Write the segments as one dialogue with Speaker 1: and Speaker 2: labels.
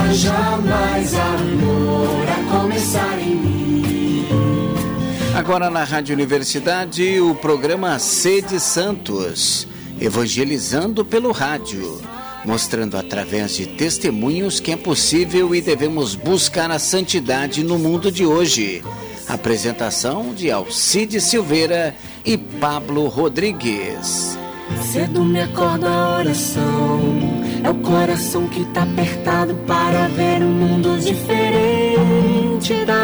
Speaker 1: Haja mais amor a começar em mim.
Speaker 2: Agora na Rádio Universidade, o programa Sede Santos, evangelizando pelo rádio, mostrando através de testemunhos que é possível e devemos buscar a santidade no mundo de hoje. Apresentação de Alcide Silveira e Pablo Rodrigues.
Speaker 1: Cedo me acorda a oração, é o coração que tá apertado para ver um mundo diferente da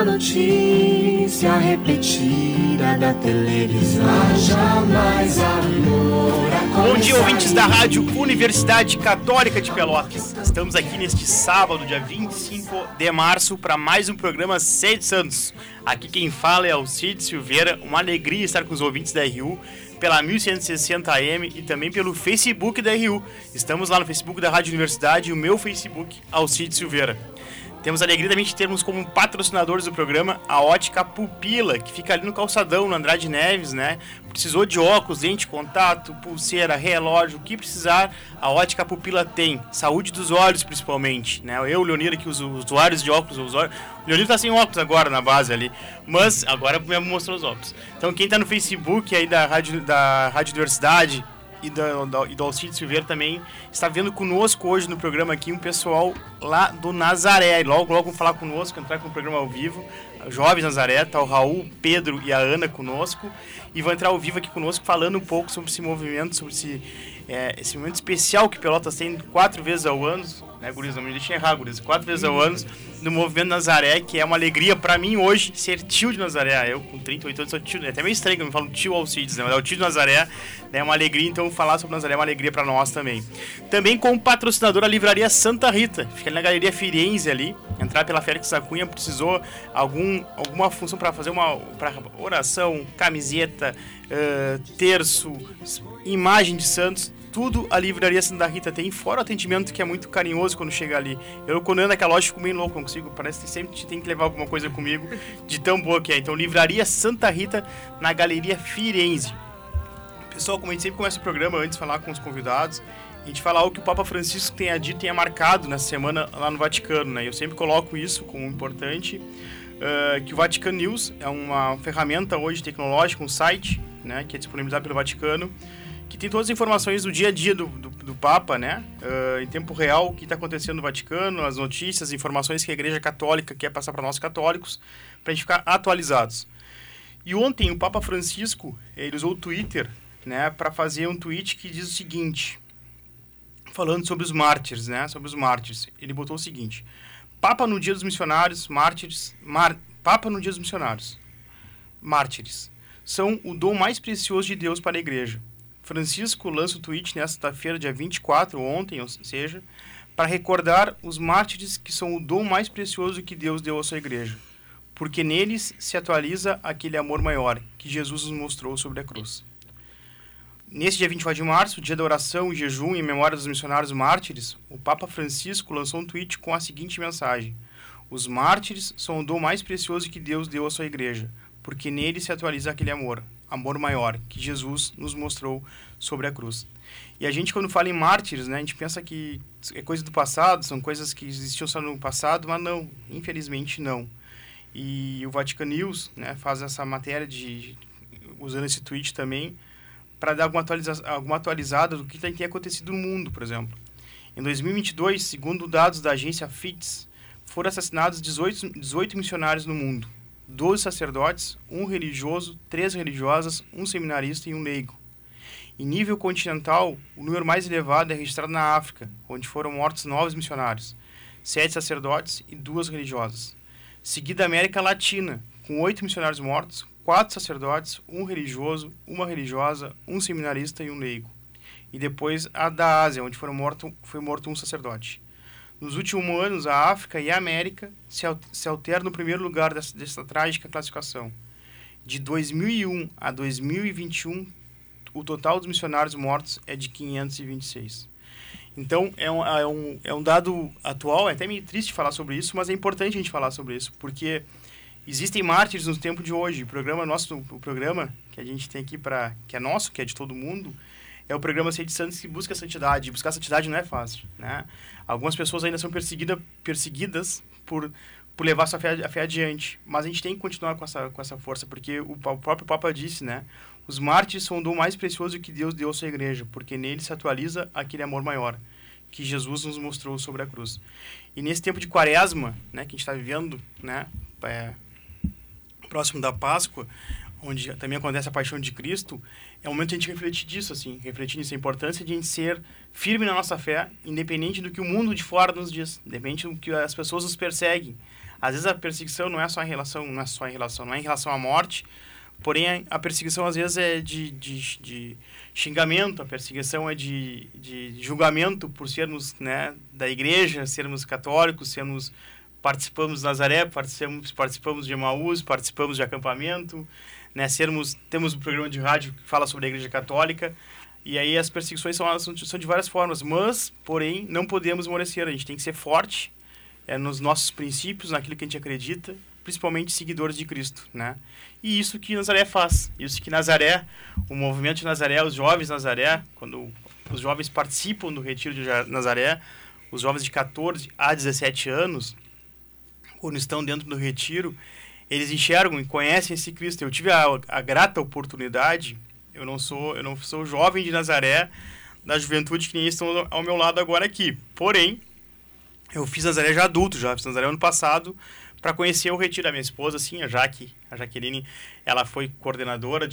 Speaker 1: notícia repetida da televisão. Haja mais amor a
Speaker 3: Bom dia, ouvintes da Rádio Universidade Católica de Pelotas. Estamos aqui neste sábado, dia 25 de março, para mais um programa Sede Santos. Aqui quem fala é Alcide Silveira. Uma alegria estar com os ouvintes da RU pela 1160 AM e também pelo Facebook da RU. Estamos lá no Facebook da Rádio Universidade e o meu Facebook, Alcide Silveira. Temos a alegria também de termos como patrocinadores do programa a Ótica Pupila, que fica ali no Calçadão, no Andrade Neves, né? Precisou de óculos, lente de contato, pulseira, relógio, o que precisar, a Ótica Pupila tem. Saúde dos olhos, principalmente, né? Eu, o Leonir, aqui, os usuários de óculos, o Leonir tá sem óculos agora na base ali, mas agora mesmo mostrou os óculos. Então quem tá no Facebook aí da Rádio Universidade e do Alcide Silveira também está vendo conosco hoje no programa aqui um pessoal lá do Nazaré. Logo vão falar conosco, entrar com o programa ao vivo. Jovens Nazaré, tá o Raul, o Pedro e a Ana conosco. E vão entrar ao vivo aqui conosco falando um pouco sobre esse movimento, sobre esse momento especial que Pelotas tem 4 vezes ao ano, né, guris? Não me deixem errar, guris. 4 vezes ao ano no movimento Nazaré, que é uma alegria pra mim hoje ser tio de Nazaré. Eu com 38 anos sou tio, é até meio estranho que eu me falo tio Alcides, né? Mas é o tio de Nazaré, né? É uma alegria, então falar sobre Nazaré é uma alegria pra nós também. Também como patrocinador a Livraria Santa Rita, fica ali na Galeria Firenze ali, entrar pela Félix da Cunha, precisou alguma função pra fazer pra oração, camiseta, terço, imagem de santos, tudo a Livraria Santa Rita tem, fora o atendimento que é muito carinhoso quando chega ali. Eu, quando ando naquela loja, fico meio louco, não consigo, parece que sempre tem que levar alguma coisa comigo, de tão boa que é. Então, Livraria Santa Rita, na Galeria Firenze. Pessoal, como a gente sempre começa o programa, antes de falar com os convidados, a gente falar o que o Papa Francisco tenha dito, tenha marcado nessa semana lá no Vaticano, né? Eu sempre coloco isso como importante, que o Vatican News é uma ferramenta hoje tecnológica, um site, né, que é disponibilizado pelo Vaticano, que tem todas as informações do dia a dia do Papa, né? Em tempo real, o que está acontecendo no Vaticano, as notícias, as informações que a Igreja Católica quer passar para nós católicos, para a gente ficar atualizados. E ontem o Papa Francisco, ele usou o Twitter, né, para fazer um tweet que diz o seguinte, falando sobre os mártires, né? Sobre os mártires. Ele botou o seguinte: Papa no Dia dos Missionários, Papa no Dia dos Missionários, mártires são o dom mais precioso de Deus para a Igreja. Francisco lança o tweet nesta-feira, dia 24, ontem, ou seja, para recordar os mártires que são o dom mais precioso que Deus deu à sua Igreja, porque neles se atualiza aquele amor maior que Jesus nos mostrou sobre a cruz. Nesse dia 24 de março, dia da oração e jejum em memória dos missionários mártires, o Papa Francisco lançou um tweet com a seguinte mensagem: os mártires são o dom mais precioso que Deus deu à sua Igreja, porque nele se atualiza aquele amor maior que Jesus nos mostrou sobre a cruz. E a gente, quando fala em mártires, né, a gente pensa que é coisa do passado, são coisas que existiam só no passado, mas não, infelizmente não. E o Vatican News, né, faz essa matéria usando esse tweet também, para dar alguma atualizada do que tem acontecido no mundo, por exemplo. Em 2022, segundo dados da agência FITS, foram assassinados 18 missionários no mundo. 12 sacerdotes, 1 religioso, 3 religiosas, 1 seminarista e 1 leigo. Em nível continental, o número mais elevado é registrado na África, onde foram mortos 9 missionários, 7 sacerdotes e 2 religiosas. Seguida a América Latina, com 8 missionários mortos, 4 sacerdotes, 1 religioso, 1 religiosa, 1 seminarista e 1 leigo. E depois a da Ásia, onde foi morto 1 sacerdote. Nos últimos anos, a África e a América se alternam no primeiro lugar dessa trágica classificação. De 2001 a 2021, o total dos missionários mortos é de 526. Então, é um dado atual, é até meio triste falar sobre isso, mas é importante a gente falar sobre isso, porque existem mártires no tempo de hoje. O programa que a gente tem aqui, que é nosso, que é de todo mundo, é o programa Sede Santos, que busca a santidade. Buscar a santidade não é fácil, né? Algumas pessoas ainda são perseguidas por levar a fé adiante. Mas a gente tem que continuar com essa força, porque o próprio Papa disse, né? Os mártires são o dom mais precioso que Deus deu à sua igreja, porque nele se atualiza aquele amor maior que Jesus nos mostrou sobre a cruz. E nesse tempo de quaresma, né, que a gente está vivendo, né, próximo da Páscoa, onde também acontece a paixão de Cristo, é o momento de a gente refletir disso, assim, refletir nisso, a importância de a gente ser firme na nossa fé, independente do que o mundo de fora nos diz, independente do que as pessoas nos perseguem. Às vezes a perseguição não é em relação à morte, porém a perseguição às vezes é de xingamento, a perseguição é de julgamento por sermos, né, da igreja, sermos católicos, participamos de Nazaré, participamos de Emaús, participamos de acampamento, né, temos um programa de rádio que fala sobre a igreja católica, e aí as perseguições são de várias formas, mas, porém, não podemos esmorecer, a gente tem que ser forte nos nossos princípios, naquilo que a gente acredita, principalmente seguidores de Cristo, né? E isso que Nazaré faz, isso que Nazaré, o movimento de Nazaré, os jovens de Nazaré, quando os jovens participam do retiro de Nazaré, os jovens de 14 a 17 anos, quando estão dentro do retiro, eles enxergam e conhecem esse Cristo. Eu tive a grata oportunidade, eu não sou jovem de Nazaré, da juventude que nem estão ao meu lado agora aqui, porém, eu fiz Nazaré já adulto, fiz Nazaré ano passado, para conhecer o retiro da minha esposa, assim, a Jaqueline, ela foi coordenadora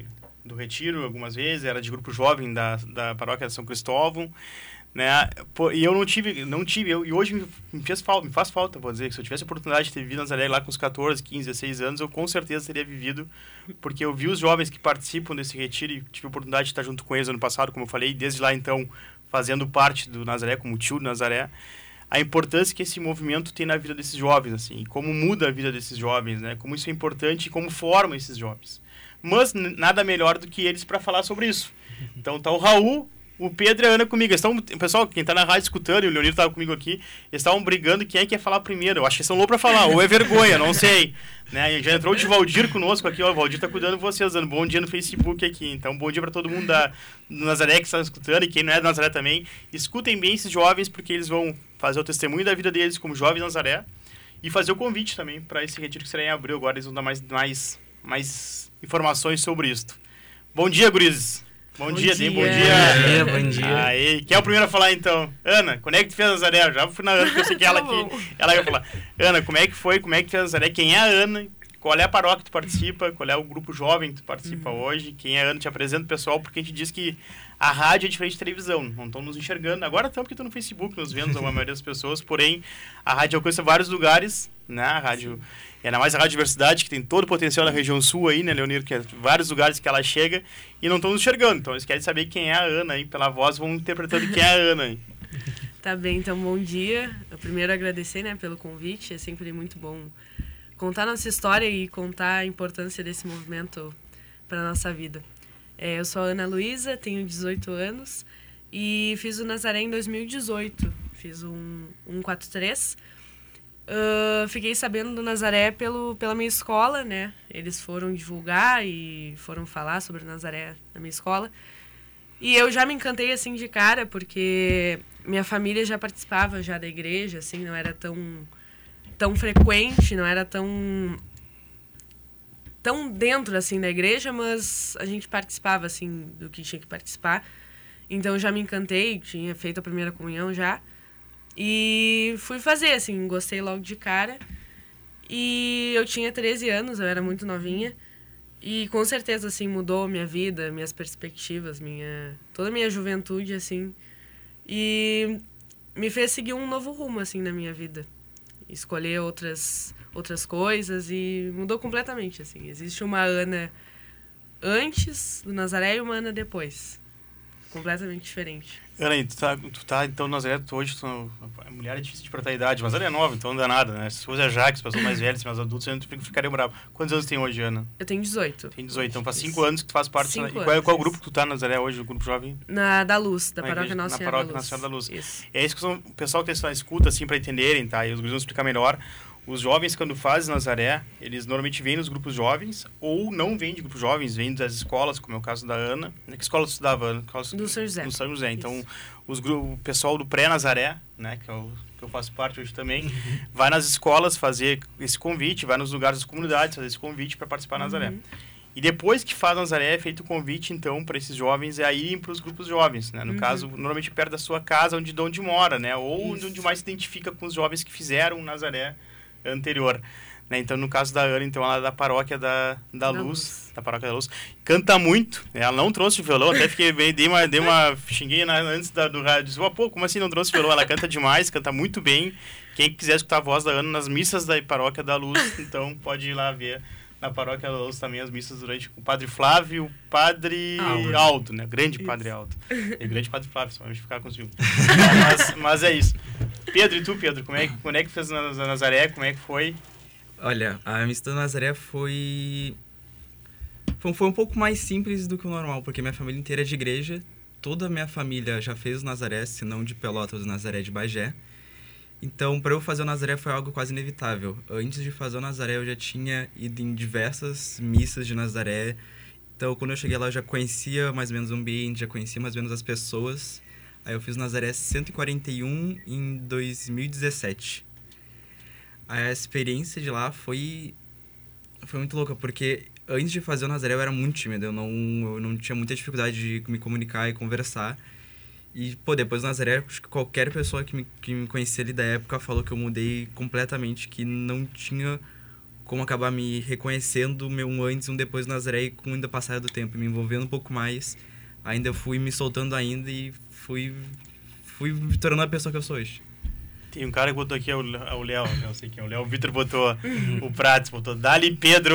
Speaker 3: do retiro algumas vezes, era de grupo jovem da paróquia de São Cristóvão, né? E eu não tive, e hoje me faz falta, vou dizer, que se eu tivesse a oportunidade de ter vivido Nazaré lá com os 14, 15, 16 anos, eu com certeza teria vivido, porque eu vi os jovens que participam desse retiro e tive a oportunidade de estar junto com eles ano passado, como eu falei, desde lá então, fazendo parte do Nazaré, como tio do Nazaré, a importância que esse movimento tem na vida desses jovens, assim, e como muda a vida desses jovens, né? Como isso é importante e como forma esses jovens. Mas nada melhor do que eles para falar sobre isso. Então tá o Raul, o Pedro e a Ana comigo. Pessoal, quem tá na rádio escutando, e o Leonir estava comigo aqui, eles estavam brigando quem é que ia falar primeiro. Eu acho que são loucos para falar, ou é vergonha, não sei. Né? E já entrou o Valdir conosco aqui, ó, o Valdir tá cuidando de vocês, dando bom dia no Facebook aqui. Então, bom dia para todo mundo do Nazaré que está escutando, e quem não é do Nazaré também. Escutem bem esses jovens, porque eles vão fazer o testemunho da vida deles como jovens de Nazaré e fazer o convite também para esse retiro que será em abril. Agora eles vão dar mais informações sobre isso. Bom dia, gurizes. Bom dia.
Speaker 4: Bom dia.
Speaker 3: Aí, quem é o primeiro a falar, então? Ana, quando é que tu fez Nazaré? Eu já fui na Ana, porque eu sei que ela ia falar. Ana, como é que foi? Como é que tu fez Nazaré? Quem é a Ana? Qual é a paróquia que tu participa? Qual é o grupo jovem que tu participa hoje? Quem é a Ana? Te apresenta o pessoal, porque a gente diz que a rádio é diferente da televisão. Não estão nos enxergando. Agora estão porque estão no Facebook, nos vendo, a maioria das pessoas. Porém, a rádio alcança vários lugares, né? A rádio... Ainda mais a Rádio Diversidade, que tem todo o potencial na região sul aí, né, Leonir? Que é vários lugares que ela chega e não estão nos enxergando. Então, eles querem saber quem é a Ana aí. Pela voz, vão interpretando quem é a Ana aí.
Speaker 4: Tá bem, então, bom dia. Eu primeiro agradecer, né, pelo convite. É sempre muito bom contar nossa história e contar a importância desse movimento para a nossa vida. Eu sou a Ana Luísa, tenho 18 anos e fiz o Nazaré em 2018. Fiz um 143. Fiquei sabendo do Nazaré pela minha escola, né? Eles foram divulgar e foram falar sobre o Nazaré na minha escola. E eu já me encantei, assim, de cara, porque minha família já participava já da igreja, assim, não era tão frequente, não era tão dentro, assim, da igreja, mas a gente participava, assim, do que tinha que participar. Então, eu já me encantei, tinha feito a primeira comunhão já. E fui fazer, assim, gostei logo de cara. E eu tinha 13 anos, eu era muito novinha. E com certeza, assim, mudou minha vida, minhas perspectivas, toda a minha juventude, assim. E me fez seguir um novo rumo, assim, na minha vida. Escolher outras coisas e mudou completamente, assim. Existe uma Ana antes do Nazaré e uma Ana depois. Completamente diferente.
Speaker 3: Ana, tu tá então, Nazaré, hoje, a mulher é difícil de tratar a idade, mas ela é nova, então não dá nada, né? Se fosse a Jaque, as pessoas mais velhas, mais adultos, eu ficaria bravo. Quantos anos tem hoje, Ana?
Speaker 4: Eu tenho 18.
Speaker 3: Tem 18, então faz 5 anos que tu faz parte. E qual é o grupo que tu tá, Nazaré, hoje, o grupo jovem?
Speaker 4: Da Luz, da Paróquia Nossa Senhora da Luz.
Speaker 3: Nossa Senhora da Luz. Isso. É isso que o pessoal que está na escuta, assim, para entenderem, tá? E os guris vão explicar melhor. Os jovens, quando fazem Nazaré, eles normalmente vêm nos grupos jovens, ou não vêm de grupos jovens, vêm das escolas, como é o caso da Ana. Que escola você estudava, Ana?
Speaker 4: Do São José.
Speaker 3: Do São José. Então, o pessoal do Pré-Nazaré, né, que eu faço parte hoje também, vai nas escolas fazer esse convite, vai nos lugares das comunidades fazer esse convite para participar da Nazaré. E depois que faz Nazaré, é feito o convite, então, para esses jovens irem para os grupos jovens, né? No caso, normalmente perto da sua casa, onde mora, né? Ou onde mais se identifica com os jovens que fizeram Nazaré anterior, né? Então, no caso da Ana, então, ela é da paróquia da Luz, da paróquia da Luz. Canta muito, né? Ela não trouxe o violão, até fiquei bem, dei uma xinguinha antes do rádio. Disse, pô, como assim não trouxe o violão? Ela canta demais, canta muito bem. Quem quiser escutar a voz da Ana nas missas da paróquia da Luz, então pode ir lá ver na paróquia da Luz também as missas durante o Padre Flávio e o Padre Aldo, né? Grande Padre Aldo. E grande Padre Flávio, só vai ficar com os filmes. Mas é isso. Pedro, e tu, Pedro? Quando é que fez a Nazaré? Como é que foi?
Speaker 5: Olha, a missa da Nazaré foi um pouco mais simples do que o normal, porque minha família inteira é de igreja. Toda a minha família já fez o Nazaré, se não de Pelotas, o Nazaré de Bagé. Então, para eu fazer o Nazaré foi algo quase inevitável. Antes de fazer o Nazaré, eu já tinha ido em diversas missas de Nazaré. Então, quando eu cheguei lá, eu já conhecia mais ou menos o ambiente, já conhecia mais ou menos as pessoas. Aí eu fiz o Nazaré 141 em 2017. A experiência de lá foi muito louca, porque antes de fazer o Nazaré eu era muito tímido. Eu não tinha muita dificuldade de me comunicar e conversar. E, depois do Nazaré, acho que qualquer pessoa que me conhecia ali da época falou que eu mudei completamente, que não tinha como acabar me reconhecendo um antes e um depois do Nazaré, e com ainda passar do tempo, me envolvendo um pouco mais, ainda fui me soltando ainda e fui me tornando a pessoa que eu sou hoje.
Speaker 3: Tem um cara que botou aqui, o Léo, eu sei quem é o Léo. O Vitor botou, o Prates botou, Dali Pedro.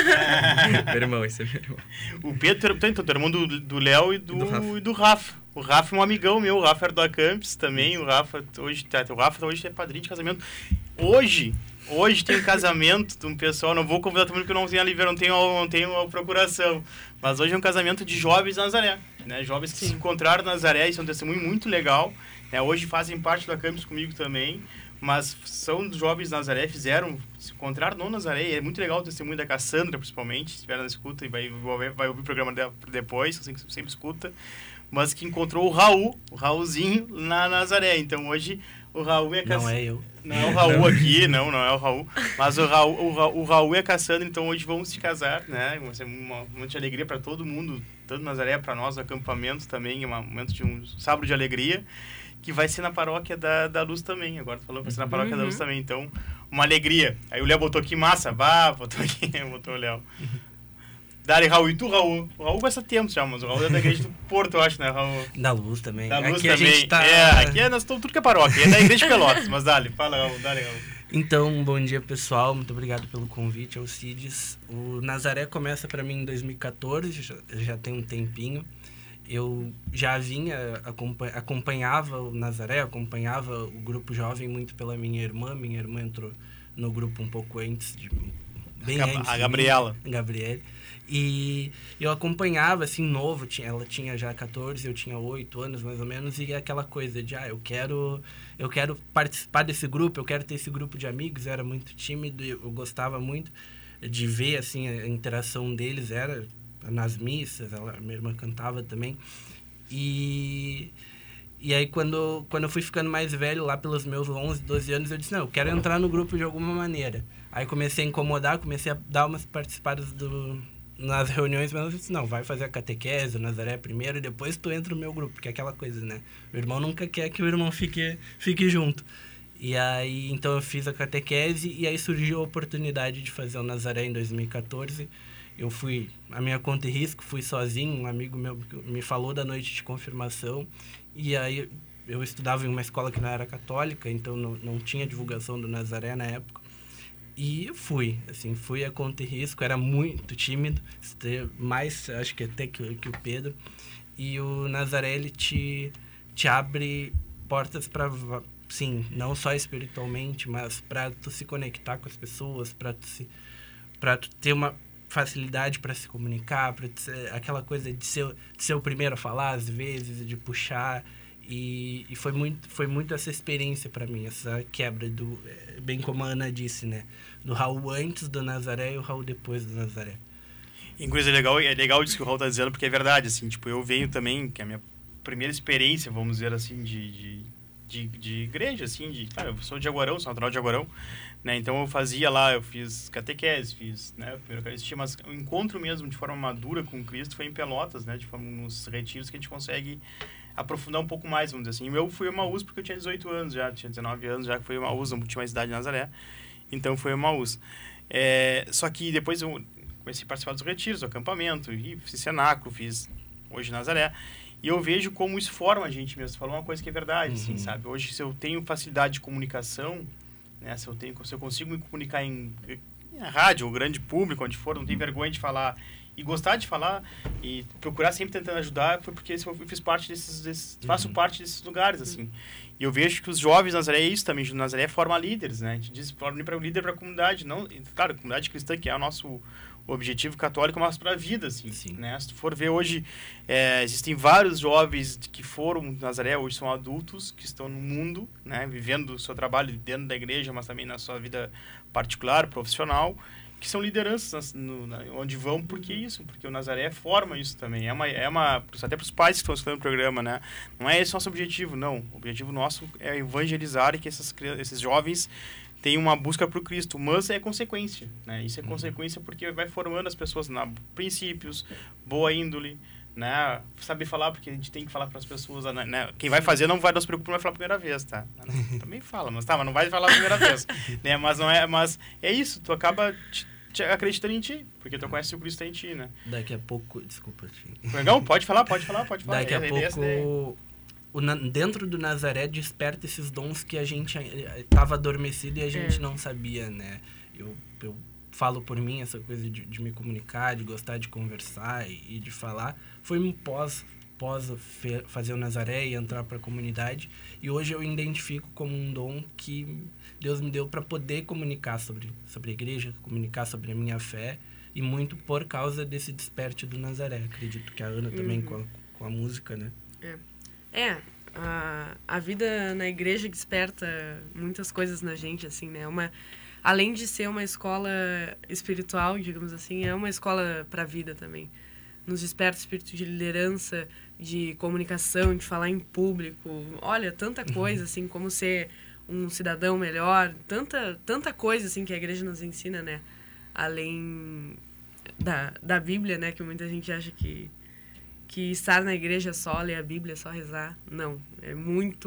Speaker 5: Meu irmão, esse é meu irmão.
Speaker 3: O Pedro, então, tu é irmão do Léo e do Rafa. O Rafa é um amigão meu, o Rafa era do Acampes também, o Rafa hoje é padrinho de casamento. Hoje tem um casamento de um pessoal, não vou convidar todo mundo porque eu não tenho ali, não tenho a procuração, mas hoje é um casamento de jovens na Nazaré, né? Jovens que se encontraram na Nazaré, isso é um testemunho muito legal. Hoje fazem parte do Acampes comigo também, mas são jovens da Nazaré, se encontraram no Nazaré, e é muito legal o testemunho da Cassandra, principalmente, se estiver na escuta e vai ouvir o programa dela depois, sempre escuta, mas que encontrou o Raulzinho na Nazaré. Então hoje o Raul e a Cassandra...
Speaker 6: Não é eu.
Speaker 3: Não é o Raul aqui, não é o Raul, mas o Raul e a Cassandra, então hoje vão se casar, né? Vai ser um momento de alegria para todo mundo, tanto Nazaré, para nós, acampamento também, é um momento de um sábado de alegria, que vai ser na paróquia da Luz também. Agora tu falou que vai ser na paróquia da Luz também. Então, uma alegria. Aí o Léo botou aqui, massa. Botou aqui, botou o Léo. Dali, Raul. E tu, Raul? O Raul gasta tempo já, mas o Raul é da igreja do Porto, eu acho, né, Raul?
Speaker 6: Da Luz também.
Speaker 3: Da Luz
Speaker 6: aqui
Speaker 3: também.
Speaker 6: A gente tá...
Speaker 3: aqui nós estamos tudo que é paróquia. É da igreja de Pelotas. Mas dali, fala, Raul. Dali, Raul.
Speaker 6: Então, bom dia, pessoal. Muito obrigado pelo convite ao CIDES. O Nazaré começa para mim em 2014, já tem um tempinho. Eu já acompanhava o Nazaré, acompanhava o grupo jovem muito pela minha irmã. Minha irmã entrou no grupo um pouco antes, antes.
Speaker 3: A Gabriela.
Speaker 6: Gabriele. E eu acompanhava, assim, novo. Ela tinha já 14, eu tinha 8 anos, mais ou menos. E aquela coisa de, eu quero participar desse grupo, eu quero ter esse grupo de amigos. Eu era muito tímido, eu gostava muito de ver, assim, a interação deles. Era... nas missas, minha irmã cantava também. E aí, quando eu fui ficando mais velho, lá pelos meus 11, 12 anos, eu disse, não, eu quero entrar no grupo de alguma maneira. Aí comecei a incomodar, comecei a dar umas participadas nas reuniões, mas eu disse, não, vai fazer a catequese, o Nazaré primeiro, e depois tu entra no meu grupo, porque é aquela coisa, né? O irmão nunca quer que o irmão fique junto. E aí, então eu fiz a catequese, e aí surgiu a oportunidade de fazer o Nazaré em 2014. Eu fui, a minha conta e risco, fui sozinho, um amigo meu me falou da noite de confirmação, e aí eu estudava em uma escola que não era católica, então não tinha divulgação do Nazaré na época, e fui a conta e risco, era muito tímido, mais, acho que até que o Pedro, e o Nazaré, ele te abre portas para, sim, não só espiritualmente, mas para tu se conectar com as pessoas, para tu ter uma facilidade para se comunicar, para aquela coisa de ser o primeiro a falar, às vezes, de puxar. E foi muito essa experiência para mim, essa quebra do, bem como a Ana disse, né? Do Raul antes do Nazaré e o Raul depois do Nazaré.
Speaker 3: Inclusive, é legal isso que o Raul tá dizendo, porque é verdade, assim, tipo, eu venho também, que é a minha primeira experiência, vamos dizer assim, de igreja, assim, claro, eu sou de Jaguarão, sou natural de Jaguarão, né, então eu fazia lá, eu fiz catequese, fiz, né, primeiro Eucaristia, mas o encontro mesmo de forma madura com Cristo foi em Pelotas, né, de forma nos retiros que a gente consegue aprofundar um pouco mais, vamos dizer assim. Eu fui uma Emaús porque eu tinha 18 anos já, tinha 19 anos já que foi uma Emaús, não tinha mais idade de Nazaré, então foi uma Emaús. Só que depois eu comecei a participar dos retiros, do acampamento, e fiz cenáculo, fiz hoje Nazaré. E eu vejo como isso forma a gente mesmo. Você falou uma coisa que é verdade, assim, sabe? Hoje, se eu tenho facilidade de comunicação, né? Se eu consigo me comunicar em rádio, ou grande público, onde for, não tenho vergonha de falar e gostar de falar e procurar sempre tentando ajudar, foi porque eu fiz parte faço parte desses lugares, assim. E eu vejo que os jovens Nazaré é isso também. O Nazaré forma líderes, né? A gente diz líder para a comunidade, não, claro, a comunidade cristã, que é o nosso objetivo católico, mas para a vida, assim, né? Se tu for ver hoje, existem vários jovens que foram Nazaré, hoje são adultos, que estão no mundo, né? Vivendo o seu trabalho dentro da igreja, mas também na sua vida particular, profissional, que são lideranças onde vão, porque o Nazaré forma isso também, até para os pais que estão escutando o programa, né? Não é esse o nosso objetivo, não. O objetivo nosso é evangelizar e que esses jovens tem uma busca por Cristo, mas é consequência, né? Isso é consequência porque vai formando as pessoas princípios, boa índole, né? Saber falar, porque a gente tem que falar para as pessoas, né? Quem vai fazer não se preocupa, não vai falar a primeira vez, tá? Também fala, mas não vai falar a primeira vez, né? Mas é isso, tu acaba acreditando em ti, porque tu conhece o Cristo em ti, né?
Speaker 6: Daqui a pouco, desculpa.
Speaker 3: Não, pode falar.
Speaker 6: Daqui a pouco dentro do Nazaré desperta esses dons que a gente estava adormecido e a gente não sabia, né? Eu falo por mim, essa coisa de me comunicar, de gostar de conversar e de falar, foi um pós fazer o Nazaré e entrar para a comunidade, e hoje eu identifico como um dom que Deus me deu para poder comunicar sobre a igreja, comunicar sobre a minha fé, e muito por causa desse desperte do Nazaré. Acredito que a Ana também com a música, né?
Speaker 4: A vida na igreja desperta muitas coisas na gente, assim, né? Além de ser uma escola espiritual, digamos assim, é uma escola para a vida também. Nos desperta o espírito de liderança, de comunicação, de falar em público. Olha, tanta coisa, assim, como ser um cidadão melhor, tanta coisa, assim, que a igreja nos ensina, né? Além da Bíblia, né? Que muita gente acha que estar na igreja é só ler a Bíblia, é só rezar. Não, é muito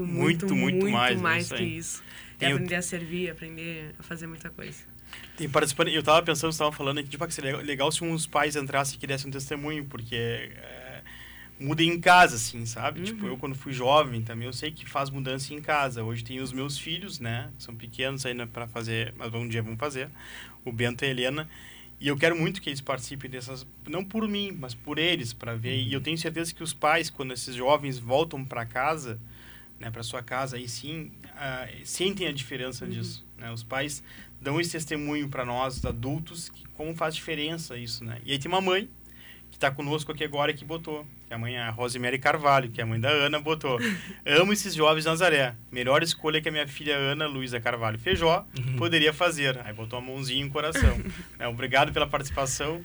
Speaker 4: mais que isso. É aprender a servir, aprender a fazer muita coisa.
Speaker 3: Tem participante, eu estava pensando, você estava falando aqui, que seria legal se uns pais entrassem e dessem um testemunho, porque muda em casa, assim, sabe? Tipo, eu quando fui jovem também, eu sei que faz mudança em casa. Hoje tem os meus filhos, né? São pequenos ainda para fazer, mas um dia vão fazer. O Bento e a Helena. E eu quero muito que eles participem dessas, não por mim, mas por eles, para ver. E eu tenho certeza que os pais, quando esses jovens voltam para casa, né, para sua casa, aí sim, sentem a diferença disso, né? Os pais dão esse testemunho para nós, adultos, que como faz diferença isso, né? E aí tem uma mãe que está conosco aqui agora, que botou, que a mãe é a Rosemary Carvalho, que é a mãe da Ana, botou: amo esses jovens de Nazaré, melhor escolha que a minha filha Ana Luísa Carvalho Feijó poderia fazer. Aí botou a mãozinha em coração. Obrigado pela participação.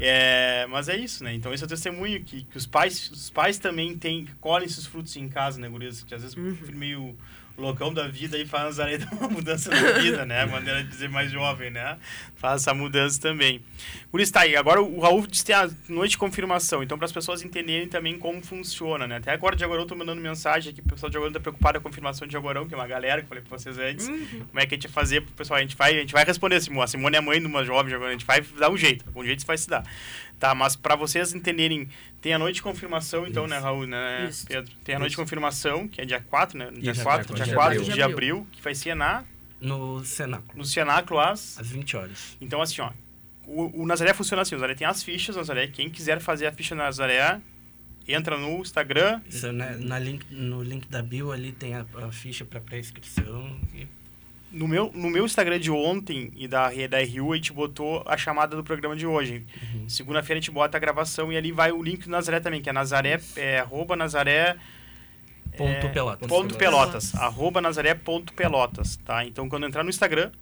Speaker 3: Mas é isso, né? Então esse é o testemunho que os pais também colhem esses frutos em casa, né, gurias? Que às vezes o filho meio loucão da vida e faz Nazaré dar uma mudança na vida, né? Maneira de dizer mais jovem, né? Faz essa mudança também. Por isso, tá aí. Agora o Raul disse que tem a noite de confirmação. Então, para as pessoas entenderem também como funciona, né? Até agora de Jaguarão eu tô mandando mensagem aqui, o pessoal de Jaguarão tá preocupado com a confirmação de Jaguarão, que é uma galera que eu falei para vocês antes. Como é que a gente vai fazer pro pessoal? A gente vai responder a Simone. A Simone é mãe de uma jovem de Jaguarão. A gente vai dar um jeito. Com um jeito isso vai se dar. Tá, mas para vocês entenderem, tem a noite de confirmação, então, né, Raul, né, isso. Pedro? Tem a noite de confirmação, que é dia 4, né? Dia 4 de abril, que vai ser
Speaker 6: no Cenáculo.
Speaker 3: No Cenáculo às
Speaker 6: 20 horas.
Speaker 3: Então, assim, ó, o Nazaré funciona assim, o Nazaré tem as fichas, o Nazaré, quem quiser fazer a ficha Nazaré, entra no Instagram.
Speaker 6: Isso, né, no link da bio ali tem a ficha para pré-inscrição e...
Speaker 3: No meu Instagram de ontem e da RU, a gente botou a chamada do programa de hoje. Segunda-feira a gente bota a gravação e ali vai o link do Nazaré também, que é Nazaré, @Nazaré Pelotas. @nazaré.pelotas, tá? Então, quando entrar no Instagram,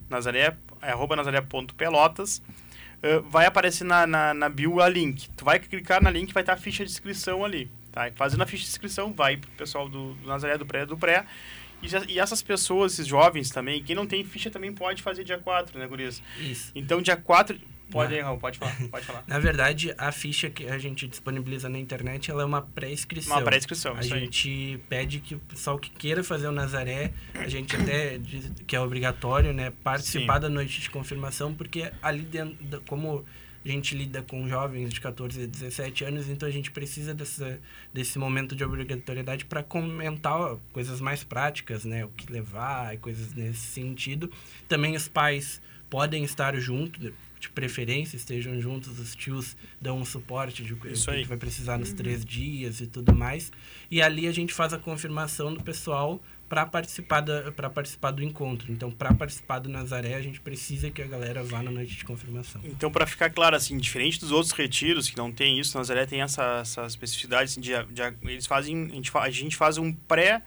Speaker 3: @nazaré.pelotas, vai aparecer na bio a link. Tu vai clicar na link, vai estar a ficha de inscrição ali, tá? E fazendo a ficha de inscrição, vai pro pessoal do Nazaré, do Pré. E essas pessoas, esses jovens também, quem não tem ficha também pode fazer dia 4, né, gurias?
Speaker 6: Isso.
Speaker 3: Então, dia 4... Pode, Raul, pode falar.
Speaker 6: Na verdade, a ficha que a gente disponibiliza na internet, ela é uma pré-inscrição.
Speaker 3: Uma pré-inscrição,
Speaker 6: A
Speaker 3: isso aí.
Speaker 6: gente pede que o pessoal que queira fazer o Nazaré, a gente até diz que é obrigatório, né, participar
Speaker 3: Sim.
Speaker 6: da noite de confirmação, porque ali dentro, como a gente lida com jovens de 14 a 17 anos, então a gente precisa desse momento de obrigatoriedade para comentar coisas mais práticas, né, o que levar e coisas nesse sentido. Também os pais podem estar juntos, de preferência, estejam juntos, os tios dão um suporte de o que vai precisar nos 3 dias e tudo mais. E ali a gente faz a confirmação do pessoal para participar do encontro. Então, para participar do Nazaré, a gente precisa que a galera vá na noite de confirmação.
Speaker 3: Então, para ficar claro, assim, diferente dos outros retiros que não tem isso, o Nazaré tem essa especificidade, assim, eles fazem, a gente faz um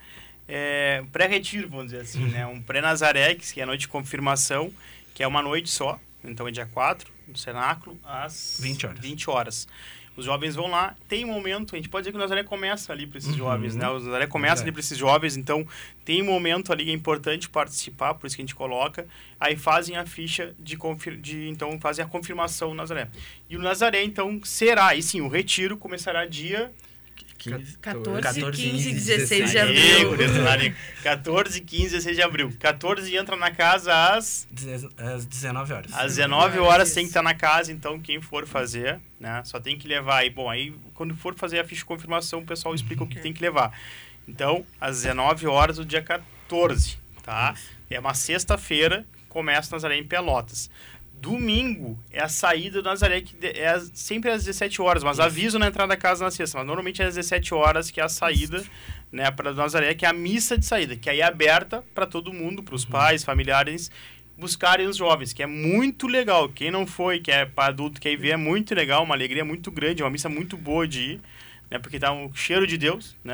Speaker 3: pré-retiro, vamos dizer assim, né? Um pré-Nazaré, que é a noite de confirmação, que é uma noite só. Então é dia 4, no cenáculo, às 20 horas. Os jovens vão lá, tem um momento, a gente pode dizer que o Nazaré começa ali para esses jovens, né? O Nazaré começa ali para esses jovens, então tem um momento ali que é importante participar, por isso que a gente coloca, aí fazem a ficha então fazem a confirmação do Nazaré. E o Nazaré, então, será, aí sim, o retiro começará dia...
Speaker 4: 14, 15 e 16 de abril.
Speaker 3: 14, 15 e 16 de abril. 14 entra na casa às
Speaker 6: 19 horas.
Speaker 3: Às 19 horas tem que estar na casa, então quem for fazer, né, só tem que levar. Aí quando for fazer a ficha de confirmação, o pessoal explica o que tem que levar. Então, às 19 horas do dia 14, tá? É uma sexta-feira, começa o Nazaré em Pelotas. Domingo é a saída do Nazaré, que é sempre às 17 horas, mas aviso na entrada da casa na sexta. Mas normalmente é às 17 horas que é a saída, né, para o Nazaré, que é a missa de saída, que aí é aberta para todo mundo, para os pais, familiares, buscarem os jovens, que é muito legal. Quem não foi, que é para adulto, quer ir ver, é muito legal, uma alegria muito grande, uma missa muito boa de ir, né, porque tá um cheiro de Deus, né,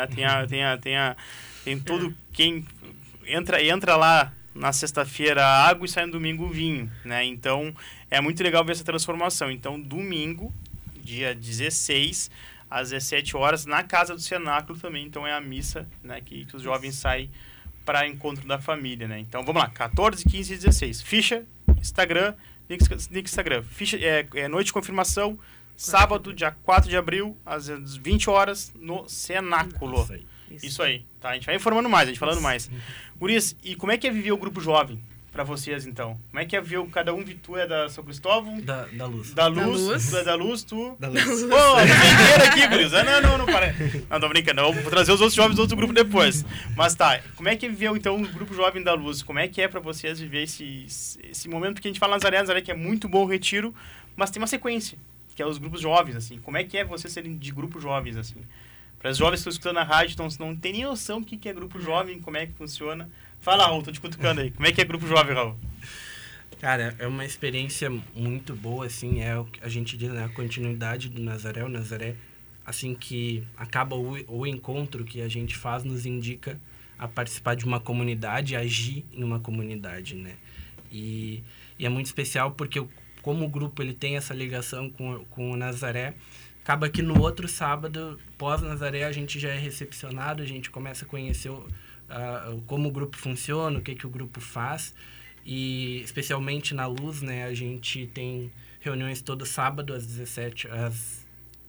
Speaker 3: tem todo quem entra lá na sexta-feira água e sai no domingo o vinho, né? Então, é muito legal ver essa transformação. Então, domingo, dia 16, às 17 horas, na Casa do Cenáculo também. Então, é a missa, né, que os jovens saem para encontro da família, né? Então, vamos lá, 14, 15 e 16. Ficha, Instagram, link Instagram. Ficha, noite de confirmação, sábado, dia 4 de abril, às 20 horas, no Cenáculo. Isso aí, tá? A gente vai informando mais, a gente falando mais. Gurias, e como é que é viver o grupo jovem pra vocês, então? Como é que é viver cada um? Tu é da São Cristóvão?
Speaker 6: Da Luz.
Speaker 3: Da Luz. Tu é da Luz, tu...
Speaker 5: Da Luz.
Speaker 3: Pô, brincadeira aqui, gurias. Não, para. Não, tô brincando. Eu vou trazer os outros jovens do outro grupo depois. Mas tá, como é que é viver, então, o grupo jovem da Luz? Como é que é pra vocês viver esse momento? Porque a gente fala Nazaré, que é muito bom o retiro, mas tem uma sequência, que é os grupos jovens, assim. Como é que é vocês serem de grupos jovens, assim? Para os jovens que estão escutando na rádio, então não tem nem noção do que é grupo jovem, como é que funciona. Fala, Raul, tô te cutucando aí. Como é que é grupo jovem, Raul?
Speaker 6: Cara, é uma experiência muito boa, assim, é o que a gente diz, né, a continuidade do Nazaré. O Nazaré, assim que acaba o encontro que a gente faz, nos indica a participar de uma comunidade, agir em uma comunidade, né? E é muito especial porque como o grupo ele tem essa ligação com o Nazaré, acaba que no outro sábado, pós-Nazaré, a gente já é recepcionado, a gente começa a conhecer como o grupo funciona, o que o grupo faz. E, especialmente na Luz, né, a gente tem reuniões todo sábado, às 17... Às